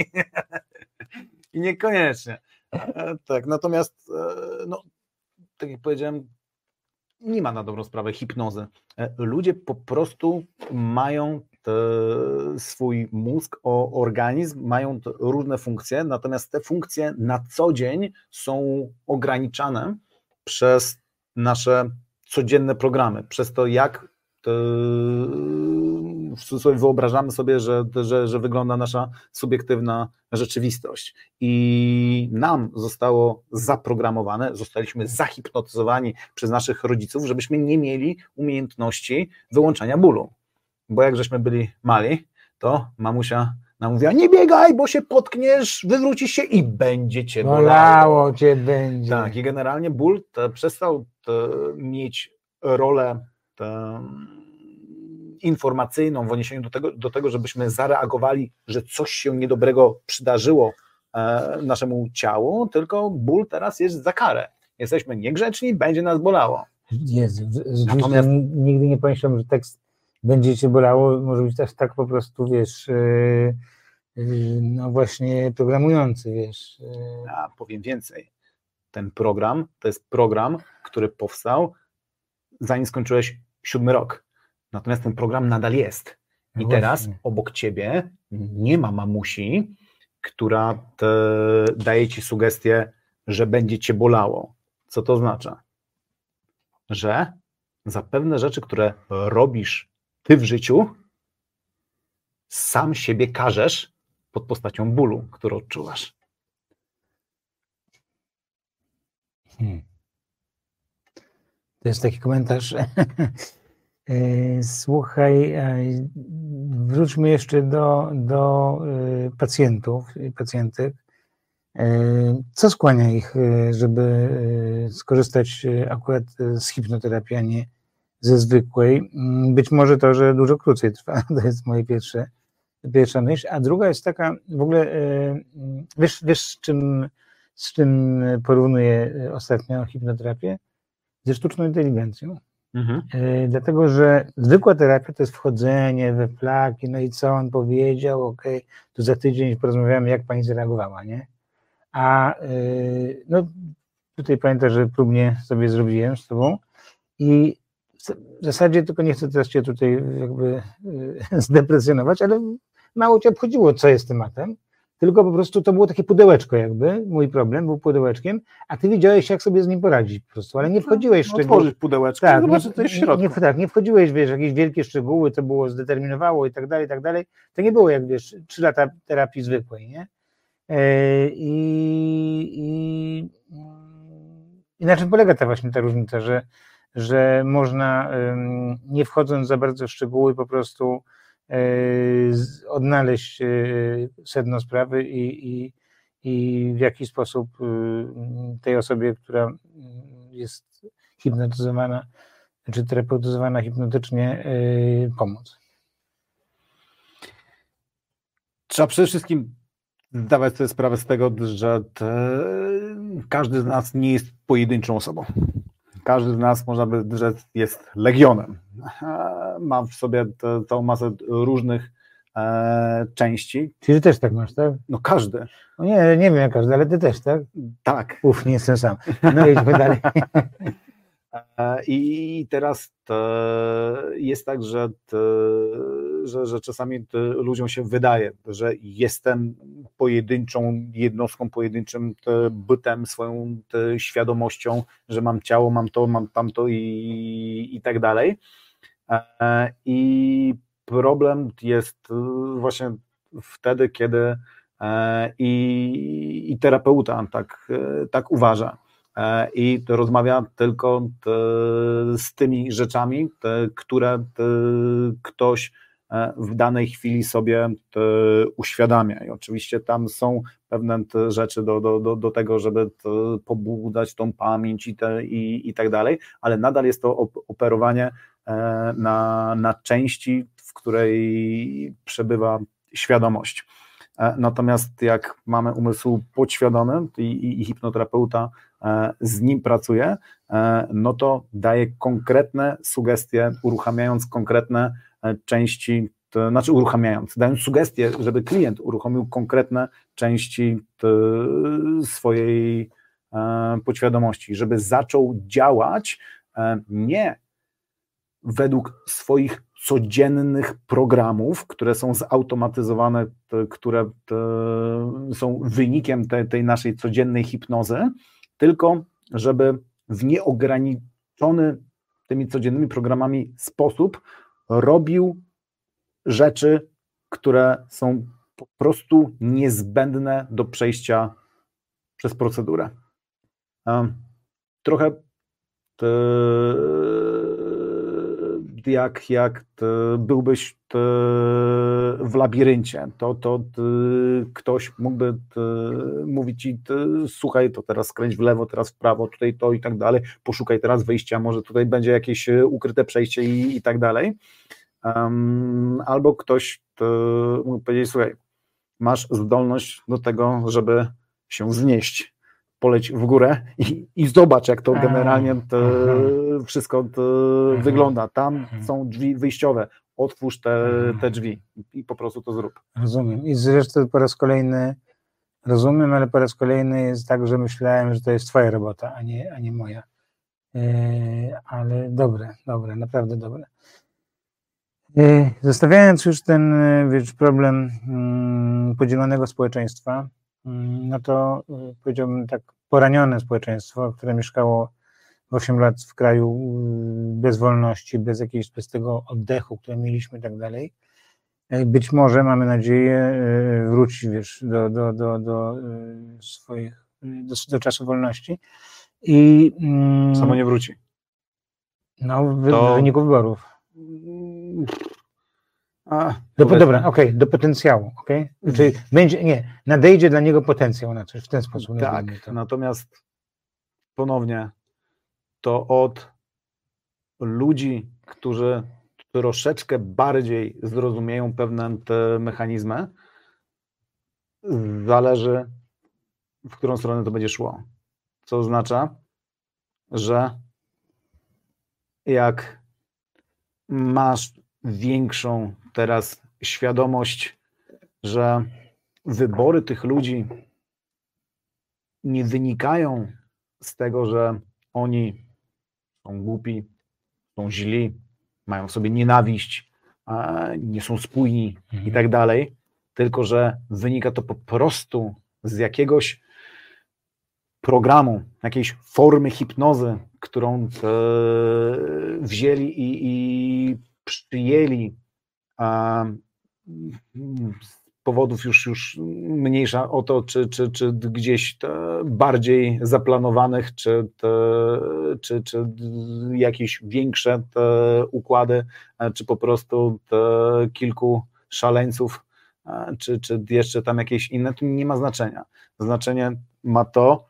Speaker 2: i niekoniecznie. Tak, natomiast no, tak jak powiedziałem, nie ma na dobrą sprawę hipnozy. Ludzie po prostu mają te, swój mózg, o, organizm, mają różne funkcje, natomiast te funkcje na co dzień są ograniczane przez nasze codzienne programy, przez to, jak te, sobie wyobrażamy sobie, że, że, że wygląda nasza subiektywna rzeczywistość. I nam zostało zaprogramowane, zostaliśmy zahipnotyzowani przez naszych rodziców, żebyśmy nie mieli umiejętności wyłączania bólu. Bo jak żeśmy byli mali, to mamusia nam mówiła: nie biegaj, bo się potkniesz, wywrócisz się i będzie cię bolało.
Speaker 1: Bolało cię będzie.
Speaker 2: Tak, i generalnie ból te, przestał te, mieć rolę te, informacyjną w odniesieniu do tego, do tego, żebyśmy zareagowali, że coś się niedobrego przydarzyło e, naszemu ciału, tylko ból teraz jest za karę. Jesteśmy niegrzeczni, będzie nas bolało.
Speaker 1: Jezu, Natomiast... nigdy nie pomyślałem, że tekst będzie cię bolało, może być też tak po prostu, wiesz, yy, yy, no właśnie programujący, wiesz. Yy.
Speaker 2: A powiem więcej. ten program to jest program, który powstał zanim skończyłeś siódmy rok. Natomiast ten program nadal jest. I
Speaker 1: No
Speaker 2: teraz
Speaker 1: właśnie.
Speaker 2: obok ciebie nie ma mamusi, która te, daje ci sugestię, że będzie cię bolało. Co to oznacza? Że za pewne rzeczy, które robisz ty w życiu, sam siebie karzesz pod postacią bólu, który odczuwasz.
Speaker 1: Hmm. To jest taki komentarz. Słuchaj, wróćmy jeszcze do, do pacjentów i pacjentek. Co skłania ich, żeby skorzystać akurat z hipnoterapii, a nie ze zwykłej? Być może to, że dużo krócej trwa, to jest moje pierwsze, pierwsza myśl. A druga jest taka, w ogóle, wiesz, wiesz z czym, z czym porównuję ostatnio hipnoterapię? Ze sztuczną inteligencją. Mhm. Dlatego, że zwykła terapia to jest wchodzenie we flaki, no i co on powiedział, okej, okay, to za tydzień porozmawiamy, jak pani zareagowała, nie? A no tutaj pamiętam, że próbnie sobie zrobiłem z tobą i w zasadzie tylko nie chcę teraz cię tutaj jakby zdepresjonować, ale mało cię obchodziło, co jest tematem, tylko po prostu to było takie pudełeczko jakby, mój problem był pudełeczkiem, a ty wiedziałeś, jak sobie z nim poradzić po prostu, ale nie wchodziłeś w
Speaker 2: szczegóły. Otworzyć pudełeczko
Speaker 1: tak,
Speaker 2: i zobaczyć, co jest w środku.
Speaker 1: Nie, tak, nie wchodziłeś, wiesz, jakieś wielkie szczegóły, to było zdeterminowało i tak dalej, i tak dalej. To nie było jak, wiesz, trzy lata terapii zwykłej, nie? I, i, i na czym polega ta właśnie ta różnica, że, że można, nie wchodząc za bardzo w szczegóły, po prostu odnaleźć sedno sprawy i, i, i w jaki sposób tej osobie, która jest hipnotyzowana, czy terapeutyzowana hipnotycznie, pomóc.
Speaker 2: Trzeba przede wszystkim zdawać sobie sprawę z tego, że te, każdy z nas nie jest pojedynczą osobą. Każdy z nas, można by rzec, jest legionem. Ma w sobie te, całą masę różnych e, części.
Speaker 1: Czyli też tak masz, tak?
Speaker 2: No każdy.
Speaker 1: No nie, nie wiem jak każdy, ale ty też, tak?
Speaker 2: Tak.
Speaker 1: Uf, nie jestem sam. No jedźmy dalej.
Speaker 2: I teraz jest tak, że, że, że czasami ludziom się wydaje, że jestem pojedynczą jednostką, pojedynczym bytem, swoją świadomością, że mam ciało, mam to, mam tamto i, i tak dalej. I problem jest właśnie wtedy, kiedy i, i terapeuta tak, tak uważa. I rozmawia tylko te, z tymi rzeczami, te, które te, ktoś w danej chwili sobie te, uświadamia. I oczywiście tam są pewne te rzeczy do, do, do, do tego, żeby te, pobudzać tą pamięć i, te, i, i tak dalej, ale nadal jest to operowanie na, na części, w której przebywa świadomość. Natomiast jak mamy umysł podświadomy i, i, i hipnoterapeuta z nim pracuje, no to daje konkretne sugestie, uruchamiając konkretne części, to znaczy uruchamiając, dając sugestie, żeby klient uruchomił konkretne części swojej podświadomości, żeby zaczął działać nie według swoich codziennych programów, które są zautomatyzowane, te, które te, są wynikiem te, tej naszej codziennej hipnozy, tylko żeby w nieograniczony tymi codziennymi programami sposób robił rzeczy, które są po prostu niezbędne do przejścia przez procedurę. Trochę te, jak, jak te, byłbyś te, w labiryncie, to, to te, ktoś mógłby te, mówić ci, te, słuchaj, to teraz skręć w lewo, teraz w prawo, tutaj to i tak dalej, poszukaj teraz wyjścia, może tutaj będzie jakieś ukryte przejście i, i tak dalej. Um, albo ktoś te, mógł powiedzieć, słuchaj, masz zdolność do tego, żeby się wznieść, poleć w górę i, i zobacz, jak to generalnie te, wszystko te wygląda. Tam są drzwi wyjściowe, otwórz te, te drzwi i po prostu to zrób.
Speaker 1: Rozumiem. I zresztą po raz kolejny rozumiem, ale po raz kolejny jest tak, że myślałem, że to jest twoja robota, a nie, a nie moja. Yy, ale dobre, dobre, naprawdę dobre. Yy, zostawiając już ten, wiesz, problem yy, podzielonego społeczeństwa, yy, no to yy, powiedziałbym tak poranione społeczeństwo, które mieszkało osiem lat w kraju yy, bez wolności, bez jakiegoś, bez tego oddechu, który mieliśmy i tak dalej. Być może, mamy nadzieję, wróci, wiesz, do, do, do, do swoich, do, do czasu wolności. I
Speaker 2: Samo nie wróci.
Speaker 1: No, w,
Speaker 2: To-
Speaker 1: w wyniku wyborów.
Speaker 2: A,
Speaker 1: Do,
Speaker 2: powiedzmy,
Speaker 1: dobra, okej, do potencjału, okej? Czyli będzie, nie, nadejdzie dla niego potencjał na coś, w ten sposób nazwijmy
Speaker 2: tak,
Speaker 1: to.
Speaker 2: natomiast ponownie to od ludzi, którzy troszeczkę bardziej zrozumieją pewne te mechanizmy, zależy, w którą stronę to będzie szło. Co oznacza, że jak masz większą teraz świadomość, że wybory tych ludzi nie wynikają z tego, że oni są głupi, są źli, mają w sobie nienawiść, a nie są spójni i tak dalej, tylko że wynika to po prostu z jakiegoś programu, jakiejś formy hipnozy, którą e, wzięli i, i przyjęli a, z powodów już, już mniejsza o to, czy, czy, czy gdzieś te bardziej zaplanowanych, czy, te, czy, czy jakieś większe te układy, czy po prostu te kilku szaleńców, czy, czy jeszcze tam jakieś inne, to nie ma znaczenia. Znaczenie ma to,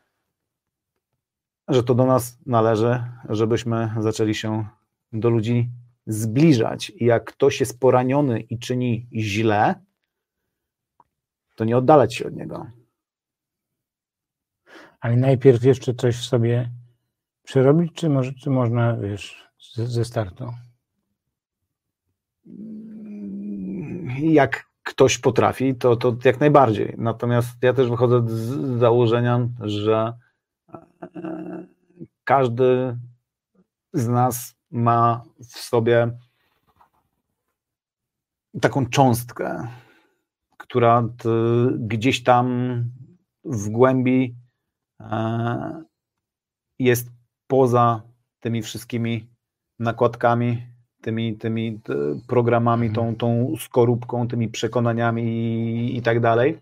Speaker 2: że to do nas należy, żebyśmy zaczęli się do ludzi zbliżać. I jak ktoś jest poraniony i czyni źle, to nie oddalać się od niego.
Speaker 1: Ale najpierw jeszcze coś w sobie przerobić, czy, może, czy można, wiesz, ze, ze startu?
Speaker 2: Jak ktoś potrafi, to, to jak najbardziej. Natomiast ja też wychodzę z założenia, że każdy z nas ma w sobie taką cząstkę, która gdzieś tam w głębi jest poza tymi wszystkimi nakładkami, tymi, tymi programami, tą, tą skorupką, tymi przekonaniami i, i tak dalej.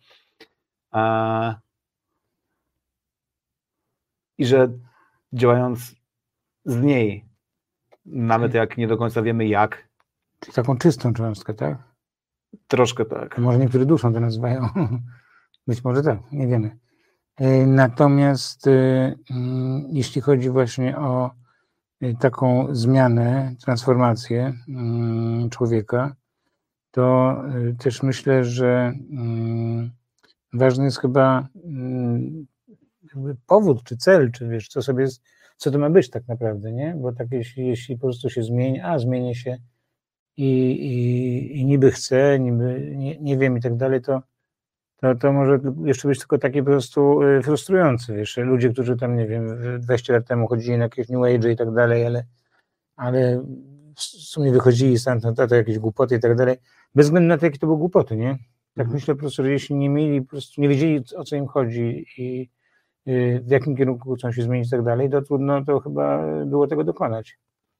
Speaker 2: I że działając z niej, nawet jak nie do końca wiemy jak,
Speaker 1: Czyli taką czystą cząstkę, tak?
Speaker 2: troszkę tak.
Speaker 1: Może niektórzy duszą to nazywają. Być może tak, nie wiemy. Natomiast jeśli chodzi właśnie o taką zmianę, transformację człowieka, to też myślę, że ważny jest chyba powód, czy cel, czy wiesz, co sobie, co to ma być tak naprawdę, nie? Bo tak jeśli, jeśli po prostu się zmieni, a zmienię się i, i, i niby chcę, niby nie, nie wiem i tak dalej, to To, to może jeszcze być tylko takie po prostu frustrujące, wiesz, ludzie, którzy tam, nie wiem, dwadzieścia lat temu chodzili na jakieś New Age i tak dalej, ale, ale w sumie wychodzili stamtąd, a to jakieś głupoty i tak dalej, bez względu na to, jakie to były głupoty, nie? Tak
Speaker 2: Mhm.
Speaker 1: myślę po prostu, że jeśli nie mieli, po prostu nie wiedzieli, o co im chodzi i w jakim kierunku chcą się zmienić i tak dalej, to trudno to chyba było tego dokonać.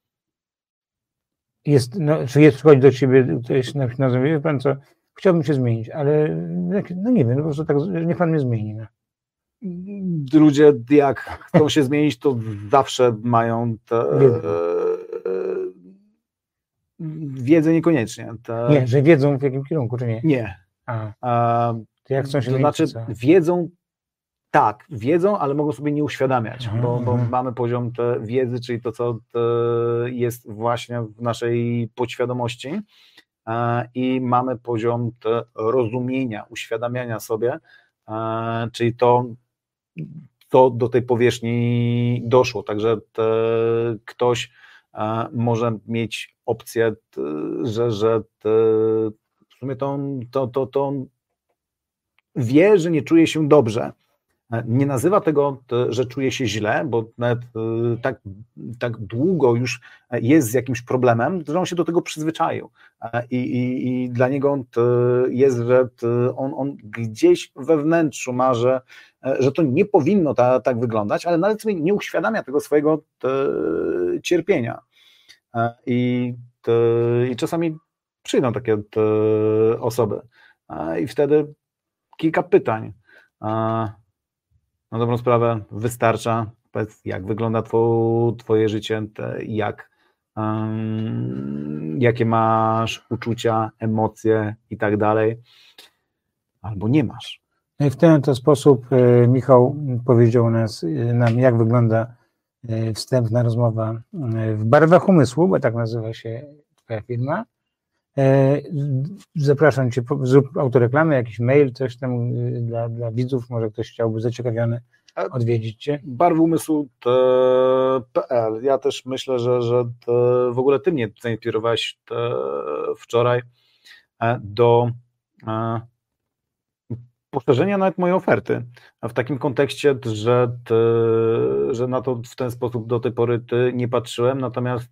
Speaker 1: Jest, no, czy jest, przychodzi do ciebie ktoś na hipnozę, wie pan co, chciałbym się zmienić, ale no nie wiem, po prostu tak, niech pan mnie zmieni. No.
Speaker 2: Ludzie jak chcą się zmienić, to zawsze mają te,
Speaker 1: Wiedzę.
Speaker 2: e, wiedzę niekoniecznie. Te,
Speaker 1: Nie, że wiedzą w jakim kierunku, czy nie?
Speaker 2: Nie.
Speaker 1: A,
Speaker 2: A,
Speaker 1: to jak chcą się
Speaker 2: to
Speaker 1: zmienić,
Speaker 2: znaczy
Speaker 1: co?
Speaker 2: wiedzą, tak, wiedzą, ale mogą sobie nie uświadamiać,
Speaker 1: Aha,
Speaker 2: bo, bo
Speaker 1: aha.
Speaker 2: mamy poziom te wiedzy, czyli to, co te jest właśnie w naszej podświadomości, e, i mamy poziom te rozumienia, uświadamiania sobie, e, czyli to, to do tej powierzchni doszło, także te, ktoś e, może mieć opcję, te, że, że te, w sumie to, to, to, to wie, że nie czuje się dobrze. Nie nazywa tego, że czuje się źle, bo nawet tak, tak długo już jest z jakimś problemem, że on się do tego przyzwyczaił. I, i, i dla niego jest, że on, on gdzieś we wnętrzu ma, że, że to nie powinno ta, tak wyglądać, ale nawet sobie nie uświadamia tego swojego te, cierpienia. I, te, I czasami przyjdą takie te osoby. I wtedy kilka pytań. Na dobrą sprawę wystarcza, powiedz, jak wygląda two, twoje życie, te, jak, um, jakie masz uczucia, emocje i tak dalej, albo nie masz.
Speaker 1: No i w ten to sposób e, Michał powiedział nas, e, nam, jak wygląda e, wstępna rozmowa e, w barwach umysłu, bo tak nazywa się twoja firma. E, zapraszam cię, zrób autoreklamę, jakiś mail, coś tam e, dla, dla widzów, może ktoś chciałby zaciekawiony odwiedzić cię.
Speaker 2: barwy umysłu kropka p l. Ja też myślę, że, że w ogóle ty mnie zainspirowałeś wczoraj do poszerzenia nawet mojej oferty, w takim kontekście, że, ty, że na to w ten sposób do tej pory ty nie patrzyłem, natomiast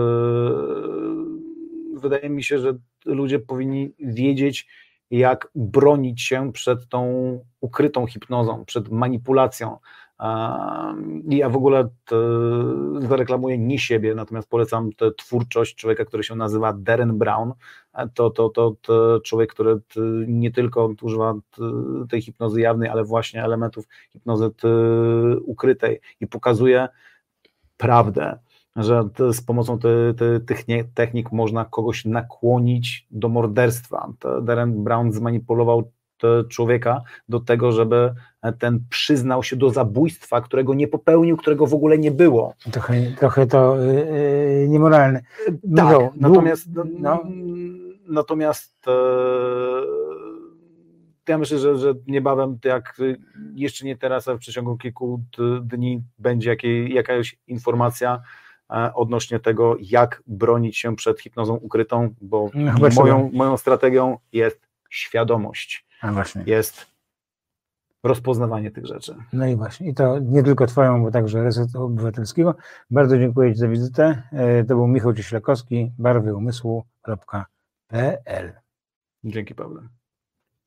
Speaker 2: wydaje mi się, że ludzie powinni wiedzieć, jak bronić się przed tą ukrytą hipnozą, przed manipulacją. I ja w ogóle zareklamuję nie siebie, natomiast polecam tę twórczość człowieka, który się nazywa Derren Brown. To, to, to, to człowiek, który nie tylko używa tej hipnozy jawnej, ale właśnie elementów hipnozy ukrytej i pokazuje prawdę, że z pomocą te, te, tych technik można kogoś nakłonić do morderstwa. Derren Brown zmanipulował człowieka do tego, żeby ten przyznał się do zabójstwa, którego nie popełnił, którego w ogóle nie było.
Speaker 1: Trochę, trochę to yy, niemoralne.
Speaker 2: Tak,
Speaker 1: Michał,
Speaker 2: natomiast,
Speaker 1: no.
Speaker 2: natomiast e, ja myślę, że, że niebawem, jak jeszcze nie teraz, a w przeciągu kilku dni będzie jakiej, jakaś informacja odnośnie tego, jak bronić się przed hipnozą ukrytą, bo
Speaker 1: no,
Speaker 2: moją, moją strategią jest świadomość,
Speaker 1: a właśnie.
Speaker 2: jest rozpoznawanie tych rzeczy.
Speaker 1: No i właśnie, i to nie tylko twoją, bo także Resetu Obywatelskiego. Bardzo dziękuję ci za wizytę. To był Michał Cieślakowski, barwy umysłu kropka p l.
Speaker 2: Dzięki, Pawle.